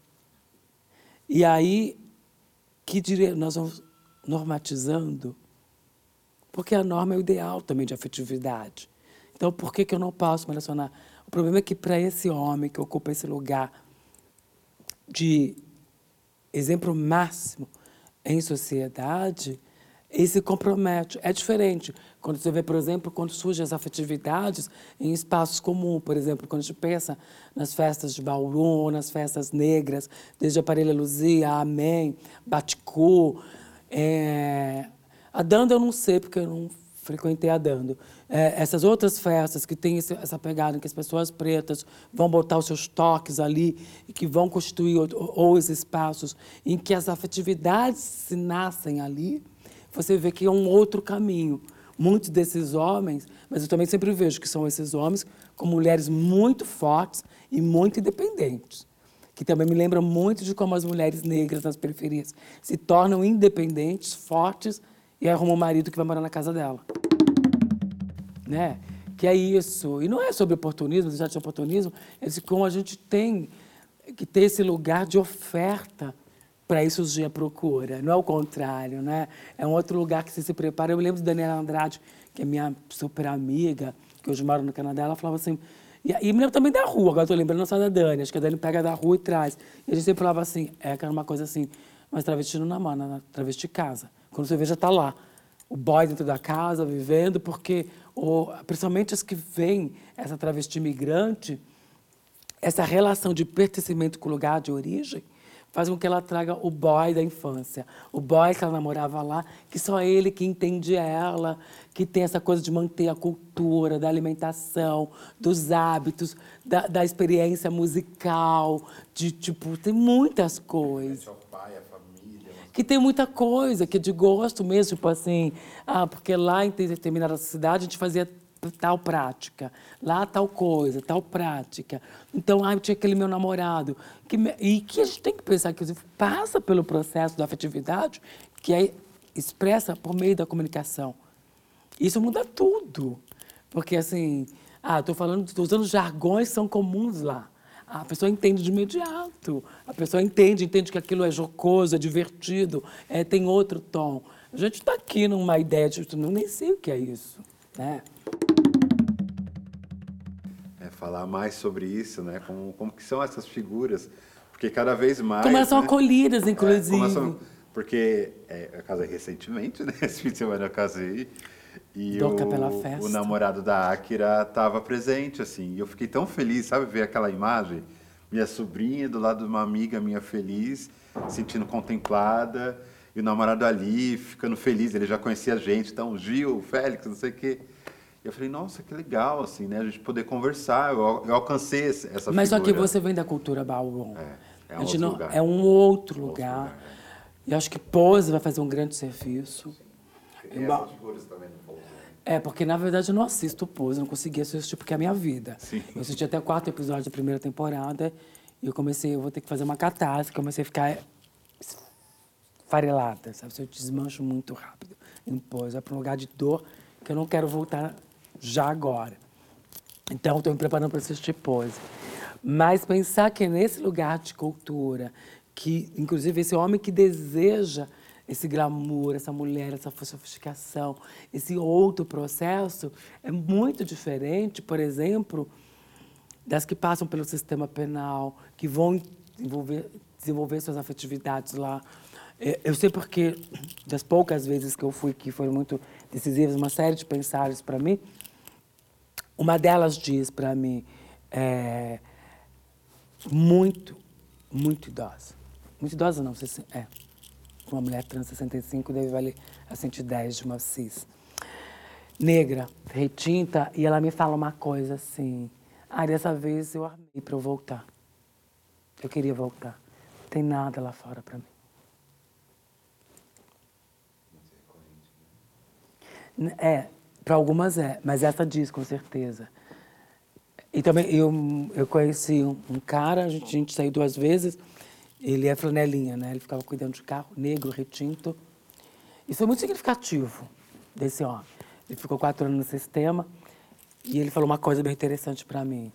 Speaker 3: E aí, que dire... nós vamos normatizando, porque a norma é o ideal também de afetividade. Então, por que que eu não posso me relacionar? O problema é que, para esse homem que ocupa esse lugar de exemplo máximo em sociedade, ele se compromete. É diferente quando você vê, por exemplo, quando surgem as afetividades em espaços comuns. Por exemplo, quando a gente pensa nas festas de Bauru ou nas festas negras, desde a Parelha Luzia, Amém, Baticu. É... A Danda eu não sei, porque eu não frequentei a Danda. É, essas outras festas que têm esse, essa pegada em que as pessoas pretas vão botar os seus toques ali e que vão constituir ou, ou os espaços em que as afetividades se nascem ali, você vê que é um outro caminho. Muitos desses homens, mas eu também sempre vejo que são esses homens com mulheres muito fortes e muito independentes, que também me lembram muito de como as mulheres negras nas periferias se tornam independentes, fortes e arrumam um marido que vai morar na casa dela. né? Que é isso. E não é sobre oportunismo, deixar de ser oportunismo, é de como a gente tem que ter esse lugar de oferta para isso surgir a procura. Não é o contrário, né? É um outro lugar que você se prepara. Eu me lembro de Daniela Andrade, que é minha super amiga, que hoje mora no Canadá, ela falava assim... E, e me lembro também da rua, agora estou lembrando não só da Dani, acho que a Dani pega da rua e traz. E a gente sempre falava assim, é que era uma coisa assim, mas travesti não namora, né? Travesti casa. Quando você vê, já está lá. O boy dentro da casa, vivendo, porque, o, principalmente as que vêm, essa travesti migrante, essa relação de pertencimento com o lugar de origem, faz com que ela traga o boy da infância. O boy que ela namorava lá, que só ele que entende ela, que tem essa coisa de manter a cultura, da alimentação, dos hábitos, da, da experiência musical, de, tipo, tem muitas coisas.
Speaker 2: O pai, a família.
Speaker 3: Que tem muita coisa, que é de gosto mesmo, tipo assim, ah, porque lá em determinada cidade a gente fazia tal prática, lá tal coisa, tal prática. Então, ah, eu tinha aquele meu namorado. Que me... E que a gente tem que pensar que passa pelo processo da afetividade, que é expressa por meio da comunicação. Isso muda tudo. Porque, assim, ah, estou falando, estou usando jargões que são comuns lá. A pessoa entende de imediato. A pessoa entende, entende que aquilo é jocoso, é divertido, é, tem outro tom. A gente está aqui numa ideia de... Eu nem sei o que é isso, né?
Speaker 2: É, falar mais sobre isso, né? Como, como que são essas figuras. Porque cada vez mais...
Speaker 3: Como elas são
Speaker 2: né?
Speaker 3: acolhidas,
Speaker 2: É,
Speaker 3: inclusive.
Speaker 2: como elas são- porque é, eu casei recentemente, né? Esse fim de semana eu casei. E
Speaker 3: Doca pela
Speaker 2: o,
Speaker 3: festa.
Speaker 2: o namorado da Akira estava presente, assim. E eu fiquei tão feliz, sabe? Ver aquela imagem. Minha sobrinha do lado de uma amiga minha feliz, sentindo contemplada. E o namorado ali, ficando feliz. Ele já conhecia a gente. Então, Gil, Félix, não sei o quê. E eu falei, nossa, que legal, assim, né? A gente poder conversar. Eu, eu alcancei esse- essa
Speaker 3: Mas só que
Speaker 2: figura.
Speaker 3: você vem da cultura ballroom.
Speaker 2: É, é
Speaker 3: A
Speaker 2: um
Speaker 3: gente
Speaker 2: outro
Speaker 3: não-
Speaker 2: lugar.
Speaker 3: É um outro
Speaker 2: Outro
Speaker 3: lugar.
Speaker 2: lugar,
Speaker 3: E eu acho que Pose vai fazer um grande serviço.
Speaker 2: Tem
Speaker 3: Ba-
Speaker 2: essas figuras também no povo, né?
Speaker 3: É, porque na verdade eu não assisto Pose, eu não consegui assistir porque é a minha vida.
Speaker 2: Sim.
Speaker 3: Eu assisti até o quarto episódio da primeira temporada e eu comecei, eu vou ter que fazer uma catarse, comecei a ficar esfarelada, sabe? Eu desmancho muito rápido em Pose. É para um lugar de dor que eu não quero voltar já agora. Então, estou me preparando para assistir Pose. Mas pensar que é nesse lugar de cultura, que, inclusive, esse homem que deseja esse glamour, essa mulher, essa sofisticação, esse outro processo, é muito diferente, por exemplo, das que passam pelo sistema penal, que vão desenvolver, desenvolver suas afetividades lá. É, eu sei porque, das poucas vezes que eu fui, que foram muito decisivas, uma série de pensares para mim, uma delas diz para mim, é, muito, muito idosa. Muito idosa não, é. Uma mulher trans sessenta e cinco deve valer a cento e dez de uma cis. Negra, retinta, e ela me fala uma coisa assim, ah, dessa vez eu armei para eu voltar. Eu queria voltar. Não tem nada lá fora para mim. É, para algumas é, mas essa diz com certeza. E também eu, eu conheci um, um cara, a gente, a gente saiu duas vezes, ele é flanelinha, né? Ele ficava cuidando de carro, negro, retinto. Isso foi muito significativo desse homem. Ele ficou quatro anos no sistema e ele falou uma coisa bem interessante para mim.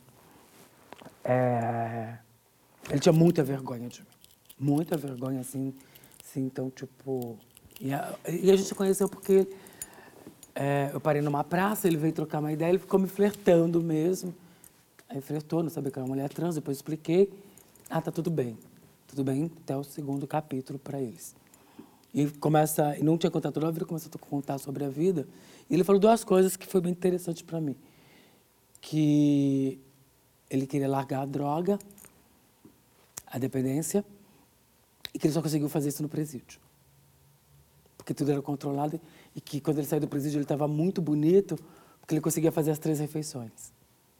Speaker 3: É, ele tinha muita vergonha de mim. Muita vergonha, assim. assim então, tipo... E a, e a gente se conheceu porque é, eu parei numa praça, ele veio trocar uma ideia, ele ficou me flertando mesmo. Aí flertou, não sabia que era uma mulher trans, depois expliquei. Ah, tá tudo bem. Tudo bem até o segundo capítulo para eles. E ele começa, e não tinha contado toda a vida, começou a contar sobre a vida. E ele falou duas coisas que foi bem interessante para mim. Que ele queria largar a droga, a dependência, e que ele só conseguiu fazer isso no presídio. Porque tudo era controlado e que quando ele saiu do presídio ele estava muito bonito, porque ele conseguia fazer as três refeições.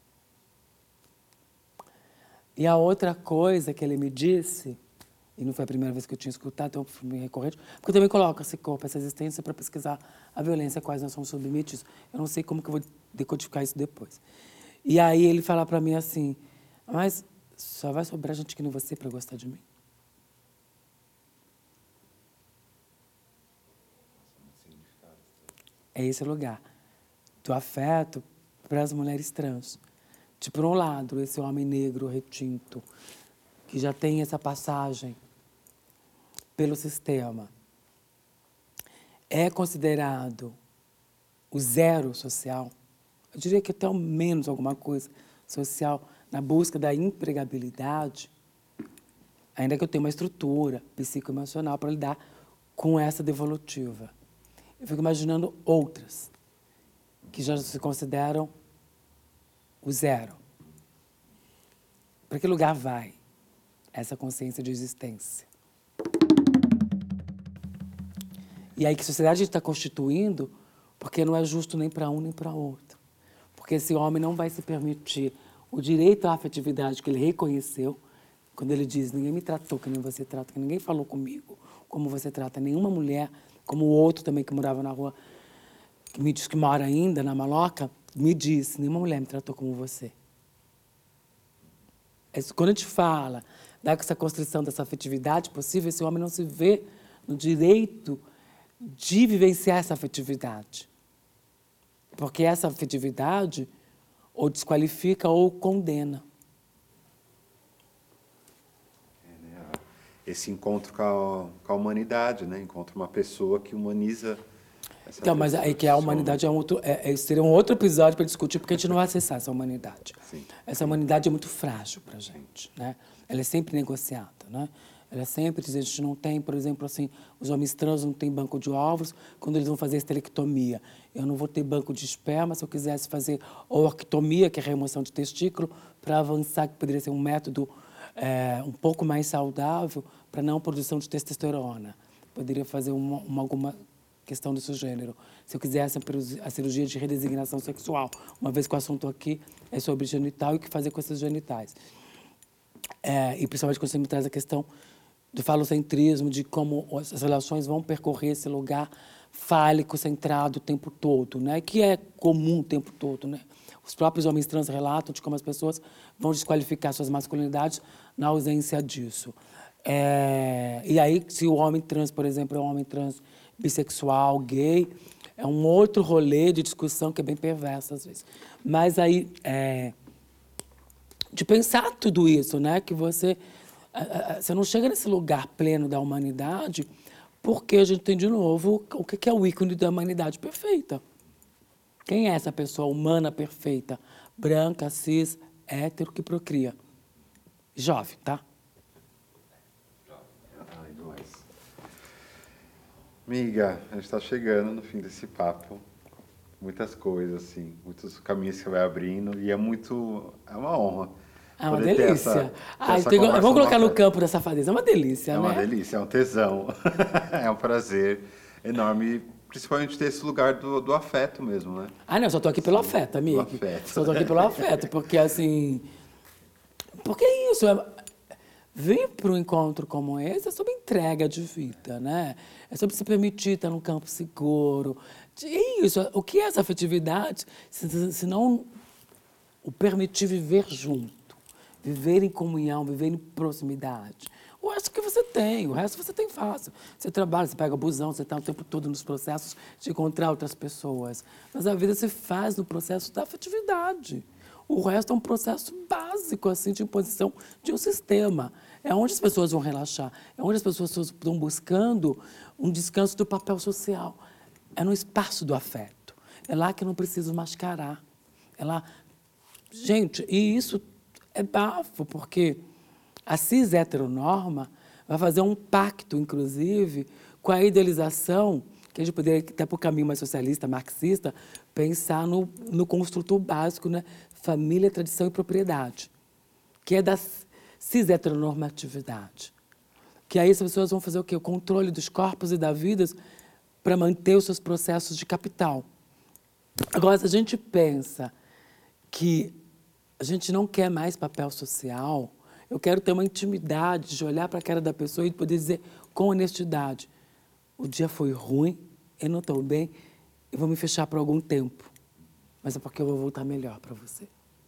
Speaker 3: E a outra coisa que ele me disse, e não foi a primeira vez que eu tinha escutado, então foi meio recorrente, porque eu também coloco esse corpo, essa existência, para pesquisar a violência a quais nós somos submetidos. Eu não sei como que eu vou decodificar isso depois. E aí ele fala para mim assim, mas só vai sobrar gente que nem você para gostar de mim? É esse lugar. do afeto para as mulheres trans. De, por um lado, esse homem negro retinto, que já tem essa passagem pelo sistema, é considerado o zero social, eu diria que até ao menos alguma coisa social, na busca da empregabilidade, ainda que eu tenha uma estrutura psicoemocional para lidar com essa devolutiva. Eu fico imaginando outras, que já se consideram o zero. Para que lugar vai essa consciência de existência? E aí, que sociedade a gente está constituindo, porque não é justo nem para um nem para outro. Porque esse homem não vai se permitir o direito à afetividade que ele reconheceu, quando ele diz, ninguém me tratou que nem você trata, que ninguém falou comigo como você trata, nenhuma mulher, como o outro também que morava na rua, que me diz que mora ainda na Maloca, me disse, nenhuma mulher me tratou como você. Quando a gente fala dessa construção dessa afetividade possível, esse homem não se vê no direito de vivenciar essa afetividade. Porque essa afetividade ou desqualifica ou condena.
Speaker 2: Esse encontro com a, com a humanidade, né? Encontra uma pessoa que humaniza essa
Speaker 3: Então, mas aí que a humanidade é um outro, é, é, seria um outro episódio para discutir, porque a gente não vai acessar essa humanidade.
Speaker 2: Sim.
Speaker 3: Essa humanidade é muito frágil para a gente, né? Ela é sempre negociada, né? Ela é sempre, a gente não tem, por exemplo, assim, os homens trans não têm banco de óvulos quando eles vão fazer esterectomia. Eu não vou ter banco de esperma se eu quisesse fazer orquitomia, que é a remoção de testículo, para avançar, que poderia ser um método é, um pouco mais saudável para não produção de testosterona. Poderia fazer uma, uma, alguma questão desse gênero. Se eu quisesse a cirurgia de redesignação sexual, uma vez que o assunto aqui é sobre genital e o que fazer com esses genitais. É, e principalmente quando você me traz a questão do falocentrismo, de como as relações vão percorrer esse lugar fálico centrado o tempo todo, né? Que é comum o tempo todo, né? Os próprios homens trans relatam de como as pessoas vão desqualificar suas masculinidades na ausência disso. É, e aí, se o homem trans, por exemplo, é um homem trans bissexual, gay, é um outro rolê de discussão que é bem perverso às vezes. Mas aí, é, de pensar tudo isso, né? Que você... Você não chega nesse lugar pleno da humanidade porque a gente tem, de novo, o que é o ícone da humanidade perfeita. Quem é essa pessoa humana perfeita? Branca, cis, hétero, que procria. Jovem, tá?
Speaker 2: Ai, nós. Amiga, a gente está chegando no fim desse papo. Muitas coisas, assim, muitos caminhos que você vai abrindo e é muito... É uma honra.
Speaker 3: É uma delícia.
Speaker 2: Essa,
Speaker 3: Ai,
Speaker 2: essa
Speaker 3: tem, vamos colocar no
Speaker 2: festa.
Speaker 3: campo da safadeza. É uma delícia,
Speaker 2: é
Speaker 3: né?
Speaker 2: É uma delícia, é um tesão. É um prazer enorme, principalmente ter esse lugar do, do afeto mesmo, né?
Speaker 3: Ah, não, eu só tô aqui pelo
Speaker 2: Sim,
Speaker 3: afeto, amigo.
Speaker 2: do afeto.
Speaker 3: Só tô aqui pelo afeto, porque assim... Porque é isso, é... vir para um encontro como esse é sobre entrega de vida, né? É sobre se permitir estar num campo seguro. É isso, o que é essa afetividade, se, se não o permitir viver junto? Viver em comunhão, viver em proximidade. O resto que você tem, o resto você tem fácil. Você trabalha, você pega busão, você está o tempo todo nos processos de encontrar outras pessoas. Mas a vida se faz no processo da afetividade. O resto é um processo básico, assim, de imposição de um sistema. É onde as pessoas vão relaxar, é onde as pessoas estão buscando um descanso do papel social. É no espaço do afeto. É lá que eu não preciso mascarar. É lá... Gente, e isso... é bafo, porque a cis-heteronorma vai fazer um pacto, inclusive, com a idealização, que a gente poderia, até por caminho mais socialista, marxista, pensar no, no construtor básico, né? Família, tradição e propriedade, que é da cis-heteronormatividade. Que aí as pessoas vão fazer o quê? O controle dos corpos e da vida para manter os seus processos de capital. Agora, se a gente pensa que a gente não quer mais papel social, eu quero ter uma intimidade de olhar para a cara da pessoa e poder dizer com honestidade, o dia foi ruim, eu não estou bem, eu vou me fechar por algum tempo, mas é porque eu vou voltar melhor para você.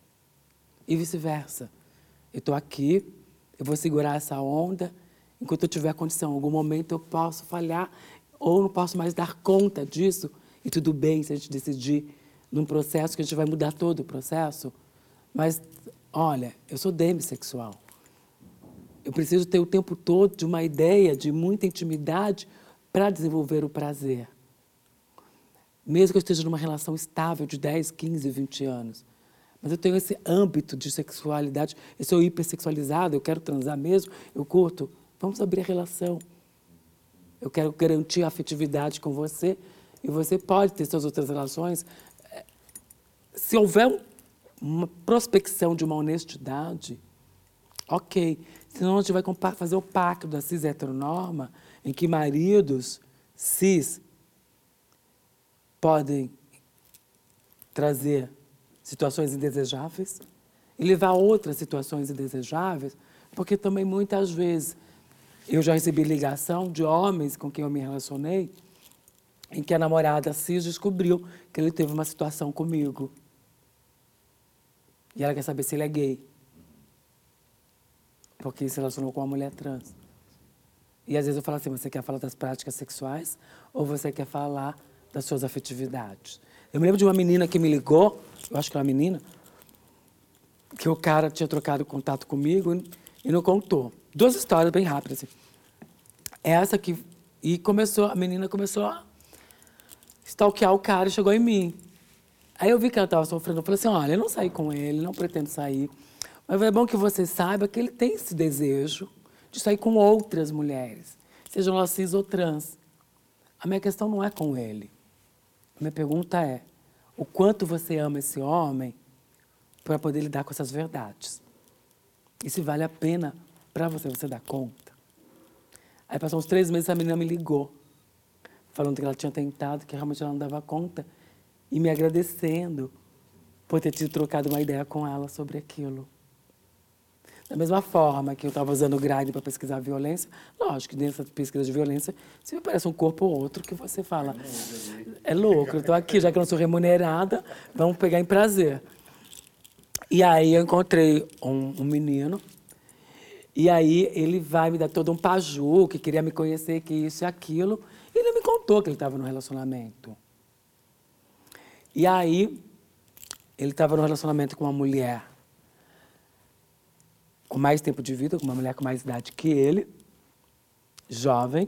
Speaker 3: E vice-versa. Eu estou aqui, eu vou segurar essa onda, enquanto eu tiver condição. Em algum momento eu posso falhar ou não posso mais dar conta disso, e tudo bem se a gente decidir num processo que a gente vai mudar todo o processo. Mas, olha, eu sou demissexual. Eu preciso ter o tempo todo de uma ideia de muita intimidade para desenvolver o prazer. Mesmo que eu esteja numa relação estável de dez, quinze, vinte anos. Mas eu tenho esse âmbito de sexualidade, eu sou hipersexualizada, eu quero transar mesmo, eu curto. Vamos abrir a relação. Eu quero garantir a afetividade com você e você pode ter suas outras relações. Se houver uma prospecção de uma honestidade, ok. Senão a gente vai fazer o pacto da cis heteronorma, em que maridos cis podem trazer situações indesejáveis e levar outras situações indesejáveis, porque também muitas vezes eu já recebi ligação de homens com quem eu me relacionei em que a namorada cis descobriu que ele teve uma situação comigo. E ela quer saber se ele é gay. Porque ele se relacionou com uma mulher trans. E às vezes eu falo assim, você quer falar das práticas sexuais ou você quer falar das suas afetividades? Eu me lembro de uma menina que me ligou, eu acho que era uma menina, que o cara tinha trocado contato comigo e não contou. Duas histórias bem rápidas. Assim. Essa que... E começou, a menina começou a stalkear o cara e chegou em mim. Aí eu vi que ela estava sofrendo. Eu falei assim, olha, eu não saí com ele, não pretendo sair. Mas é bom que você saiba que ele tem esse desejo de sair com outras mulheres, sejam elas cis ou trans. A minha questão não é com ele. A minha pergunta é, o quanto você ama esse homem para poder lidar com essas verdades? E se vale a pena para você, você dar conta? Aí passou uns três meses, a menina me ligou, falando que ela tinha tentado, que realmente ela não dava conta, e me agradecendo por ter tido trocado uma ideia com ela sobre aquilo. Da mesma forma que eu estava usando o Grindr para pesquisar a violência, lógico que nessa pesquisa de violência, se me parece um corpo ou outro que você fala, é louco, eu estou aqui, já que eu não sou remunerada, vamos pegar em prazer. E aí eu encontrei um, um menino, e aí ele vai me dar todo um paju, que queria me conhecer, que isso e aquilo, e ele me contou que ele estava no relacionamento. E aí, ele estava no relacionamento com uma mulher com mais tempo de vida, com uma mulher com mais idade que ele, jovem.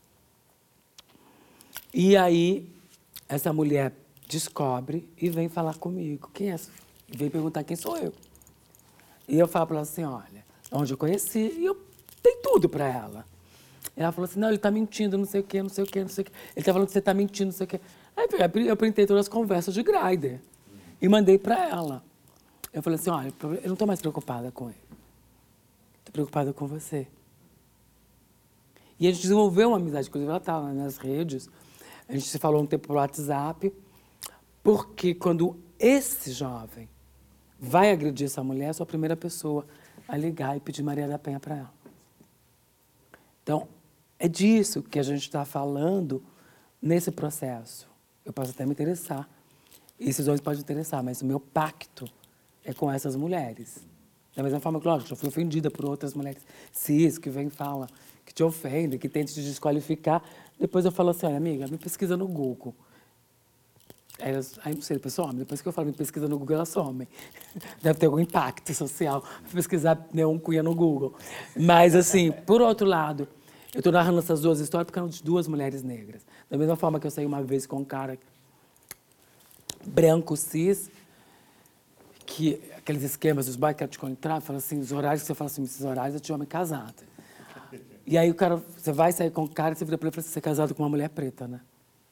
Speaker 3: E aí, essa mulher descobre e vem falar comigo. Quem é essa? E vem perguntar quem sou eu. E eu falo para ela assim, olha, onde eu conheci, e eu dei tudo para ela. E ela falou assim, não, ele está mentindo, não sei o quê, não sei o quê, não sei o quê. Ele está falando que você está mentindo, não sei o quê. Aí eu printei todas as conversas de Grindr e mandei para ela. Eu falei assim, olha, eu não estou mais preocupada com ele. Estou preocupada com você. E a gente desenvolveu uma amizade, inclusive ela está nas redes. A gente se falou um tempo pelo WhatsApp, porque quando esse jovem vai agredir essa mulher, eu sou a primeira pessoa a ligar e pedir Maria da Penha para ela. Então, é disso que a gente está falando nesse processo. Eu posso até me interessar, e esses homens podem me interessar, mas o meu pacto é com essas mulheres. Da mesma forma que, lógico, eu fui ofendida por outras mulheres cis, que vêm e falam, que te ofendem, que tentam te desqualificar. Depois eu falo assim, olha, amiga, me pesquisa no Google. Aí, elas, aí não sei, depois some. Depois que eu falo, me pesquisa no Google, elas somem. Deve ter algum impacto social pesquisar Neon Cunha no Google. Mas, assim, por outro lado, eu estou narrando essas duas histórias porque eram de duas mulheres negras. Da mesma forma que eu saí uma vez com um cara branco, cis, que aqueles esquemas dos bairros que te encontrar, fala assim, os horários que você fala assim, esses horários eu tinha homem casado. E aí o cara, você vai sair com o cara e você vira para ele e fala assim, você é casado com uma mulher preta, né?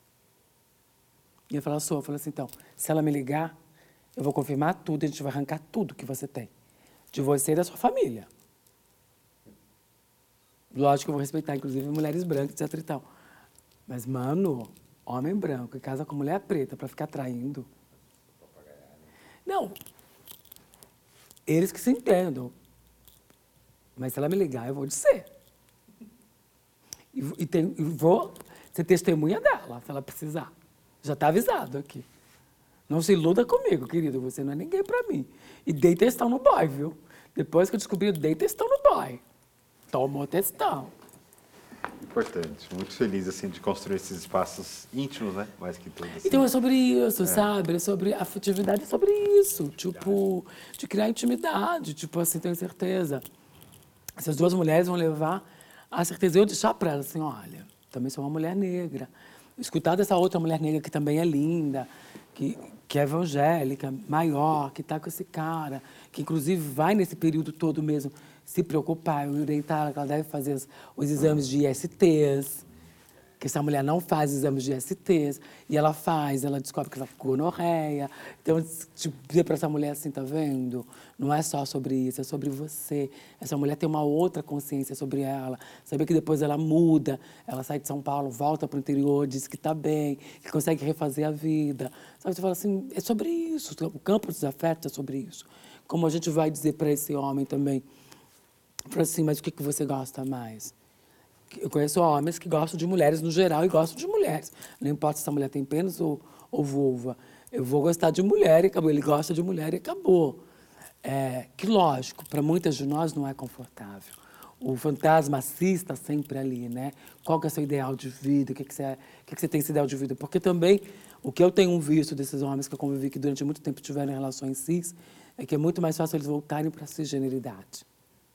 Speaker 3: E eu falo, sou. Eu falo assim, então, se ela me ligar, eu vou confirmar tudo, a gente vai arrancar tudo que você tem. De você e da sua família. Lógico que eu vou respeitar, inclusive, mulheres brancas, etc e tal. Mas, mano, homem branco que casa com mulher preta para ficar traindo. Não. Eles que se entendam. Mas se ela me ligar, eu vou dizer. E, e, tem, e vou ser testemunha dela, se ela precisar. Já está avisado aqui. Não se iluda comigo, querido. Você não é ninguém para mim. E dei testão no boy, viu? Depois que eu descobri, eu dei testão no boy. Tomou testão.
Speaker 2: Importante. Muito feliz, assim, de construir esses espaços íntimos, né? Mais que tudo, assim.
Speaker 3: Então é sobre isso, é. sabe? É sobre afetividade, é sobre isso. Tipo, de criar intimidade. Tipo, assim, tenho certeza. Essas duas mulheres vão levar a certeza. Eu deixar para elas assim, olha, também sou uma mulher negra. Escutar dessa outra mulher negra que também é linda, que, que é evangélica, maior, que está com esse cara, que inclusive vai nesse período todo mesmo se preocupar, eu orientar que ela deve fazer os, os exames de I S T's, que essa mulher não faz exames de I S T's, e ela faz, ela descobre que ela ficou gonorreia. Então, tipo, dizer para essa mulher assim, tá vendo? Não é só sobre isso, é sobre você. Essa mulher tem uma outra consciência sobre ela. Saber que depois ela muda, ela sai de São Paulo, volta para o interior, diz que está bem, que consegue refazer a vida. Sabe, você fala assim, é sobre isso. O campo dos afetos é sobre isso. Como a gente vai dizer para esse homem também, fala assim, mas o que, que você gosta mais? Eu conheço homens que gostam de mulheres no geral e gostam de mulheres. Não importa se essa mulher tem pênis ou, ou vulva. Eu vou gostar de mulher e acabou. Ele gosta de mulher e acabou. É, que, lógico, para muitas de nós não é confortável. O fantasma cis está sempre ali, né? Qual que é o seu ideal de vida? O que, que, você, o que, que você tem esse ideal de vida? Porque também, o que eu tenho visto desses homens que eu convivi, que durante muito tempo tiveram relações cis, é que é muito mais fácil eles voltarem para a cisgeneridade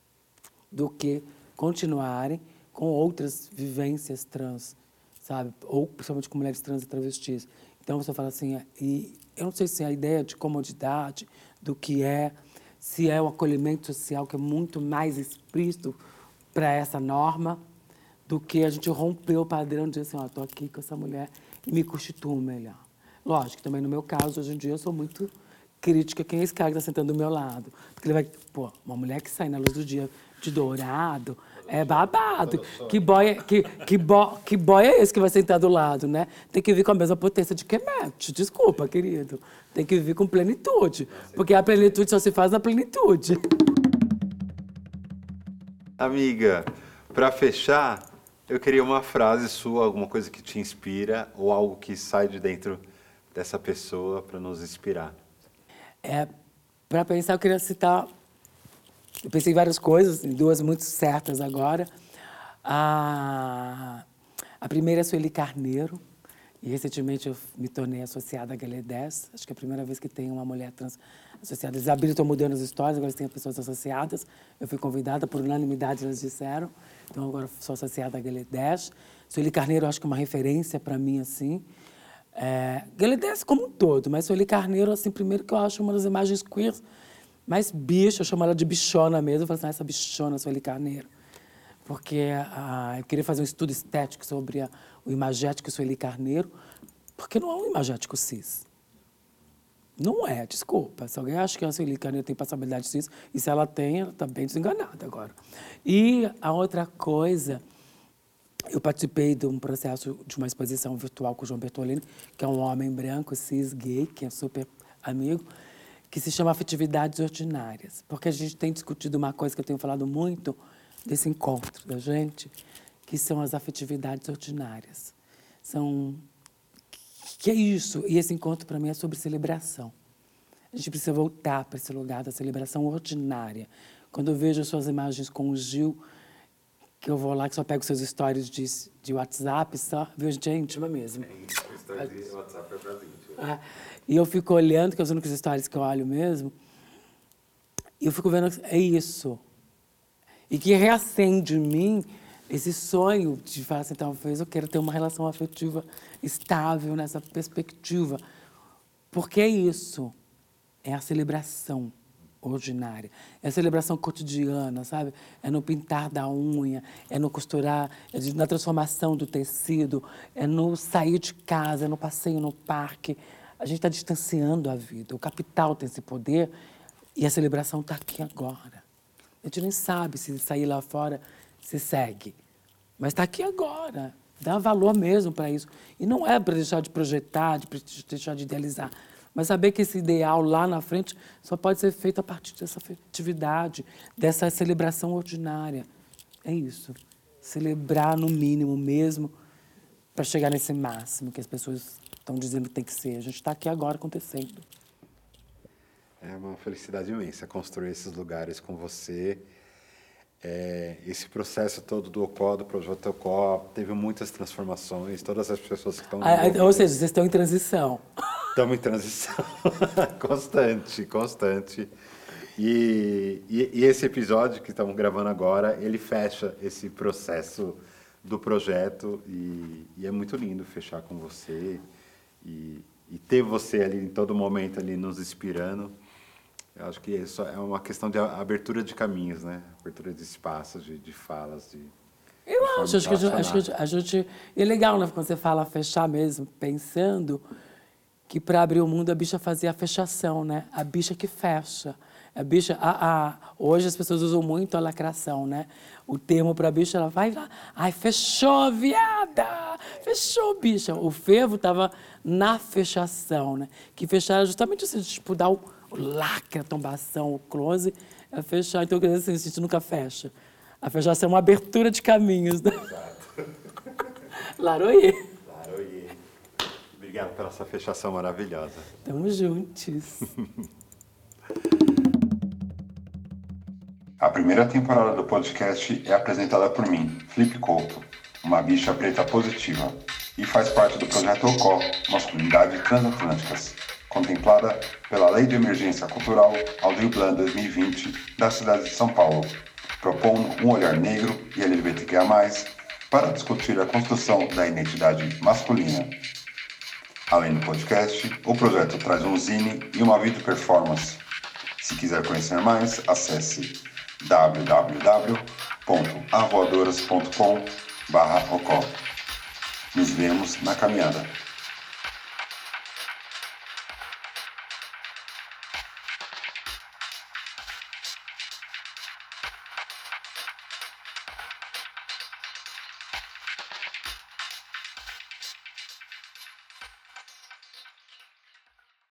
Speaker 3: do que continuarem com outras vivências trans, sabe? Ou principalmente com mulheres trans e travestis. Então, você fala assim, e eu não sei se é a ideia de comodidade, do que é, se é o acolhimento social que é muito mais explícito para essa norma, do que a gente romper o padrão de dizer assim, ó, estou aqui com essa mulher e me constituo melhor. Lógico que também no meu caso, hoje em dia, eu sou muito crítica a quem é esse cara que está sentando do meu lado. Porque ele vai, pô, uma mulher que sai na luz do dia de dourado, é babado. Que boy, que, que, bo, que boy é esse que vai sentar do lado, né? Tem que vir com a mesma potência de Kemet. Desculpa, querido. Tem que vir com plenitude. Porque a plenitude só se faz na plenitude.
Speaker 2: Amiga, para fechar, eu queria uma frase sua, alguma coisa que te inspira ou algo que sai de dentro dessa pessoa para nos inspirar.
Speaker 3: É, para pensar, eu queria citar... Eu pensei em várias coisas, em duas muito certas agora. A, a primeira é a Sueli Carneiro, e recentemente eu me tornei associada à Galé dez. Acho que é a primeira vez que tem uma mulher trans associada. Eles abriram, estão mudando as histórias, agora tem pessoas associadas. Eu fui convidada, por unanimidade elas disseram. Então agora sou associada à Galé dez. Sueli Carneiro, acho que é uma referência para mim, assim. É, Galé dez como um todo, mas Sueli Carneiro, assim, primeiro que eu acho uma das imagens queers mais bicha, eu chamo ela de bichona mesmo. Eu falo assim, ah, essa bichona, Sueli Carneiro. Porque ah, eu queria fazer um estudo estético sobre a, o imagético Sueli Carneiro, porque não é um imagético cis. Não é, desculpa. Se alguém acha que a Sueli Carneiro tem passabilidade cis, e se ela tem, ela está bem desenganada agora. E a outra coisa, eu participei de um processo de uma exposição virtual com o João Bertolini, que é um homem branco, cis, gay, que é super amigo, que se chama Afetividades Ordinárias. Porque a gente tem discutido uma coisa que eu tenho falado muito desse encontro da gente, que são as afetividades ordinárias. São... Que é isso. E esse encontro, para mim, é sobre celebração. A gente precisa voltar para esse lugar da celebração ordinária. Quando eu vejo as suas imagens com o Gil, que eu vou lá, que só pego seus stories de, de WhatsApp, só, viu, gente? É íntima mesmo.
Speaker 2: É íntima, stories de WhatsApp é para íntima.
Speaker 3: É. E eu fico olhando, que é os únicos stories que eu olho mesmo, e eu fico vendo, é isso. E que reacende em mim esse sonho de falar assim, talvez eu queira ter uma relação afetiva estável nessa perspectiva. Porque é isso, é a celebração ordinária, é a celebração cotidiana, sabe? É no pintar da unha, é no costurar, é na transformação do tecido, é no sair de casa, é no passeio no parque. A gente está distanciando a vida, o capital tem esse poder e a celebração está aqui agora. A gente nem sabe se sair lá fora se segue, mas está aqui agora. Dá valor mesmo para isso. E não é para deixar de projetar, de deixar de idealizar, mas saber que esse ideal lá na frente só pode ser feito a partir dessa afetividade, dessa celebração ordinária. É isso. Celebrar no mínimo mesmo para chegar nesse máximo que as pessoas estão dizendo que tem que ser. A gente está aqui agora acontecendo.
Speaker 2: É uma felicidade imensa construir esses lugares com você. É, esse processo todo do Ocó, do Projeto Ocó, teve muitas transformações, todas as pessoas que estão...
Speaker 3: Ah, ou seja, vocês estão em transição.
Speaker 2: Estamos em transição constante, constante. E, e, e esse episódio que estamos gravando agora, ele fecha esse processo do projeto e, e é muito lindo fechar com você e, e ter você ali em todo momento ali nos inspirando. Eu acho que isso é uma questão de abertura de caminhos, né? Abertura de espaços, de, de falas, de...
Speaker 3: Eu
Speaker 2: de
Speaker 3: acho, acho que, a gente, acho que a gente... É legal, né? Quando você fala fechar mesmo, pensando que para abrir o mundo a bicha fazia a fechação, né? A bicha que fecha. A bicha... A, a, hoje as pessoas usam muito a lacração, né? O termo para bicha, ela vai lá... Ai, fechou, viada! Fechou, bicha! O fervo estava na fechação, né? Que fechar era justamente assim, tipo, dar o... o lacre, a tombação, o close, é fechar. Então, quer dizer, assim, a gente nunca fecha. A fechação é uma abertura de caminhos, né?
Speaker 2: Exato.
Speaker 3: Laroie.
Speaker 2: Laroie. Obrigado pela essa fechação maravilhosa.
Speaker 3: Tamo juntos.
Speaker 1: A primeira temporada do podcast é apresentada por mim, Felipe Couto, uma bicha preta positiva, e faz parte do projeto Ocó, Masculinidade Transatlânticas, contemplada pela Lei de Emergência Cultural Aldir Blanc dois mil e vinte da cidade de São Paulo, propondo um olhar negro e L G B T Q I A mais, para discutir a construção da identidade masculina. Além do podcast, o projeto traz um zine e uma vídeo performance. Se quiser conhecer mais, acesse w w w ponto avoadoras ponto com barra ocó. Nos vemos na caminhada.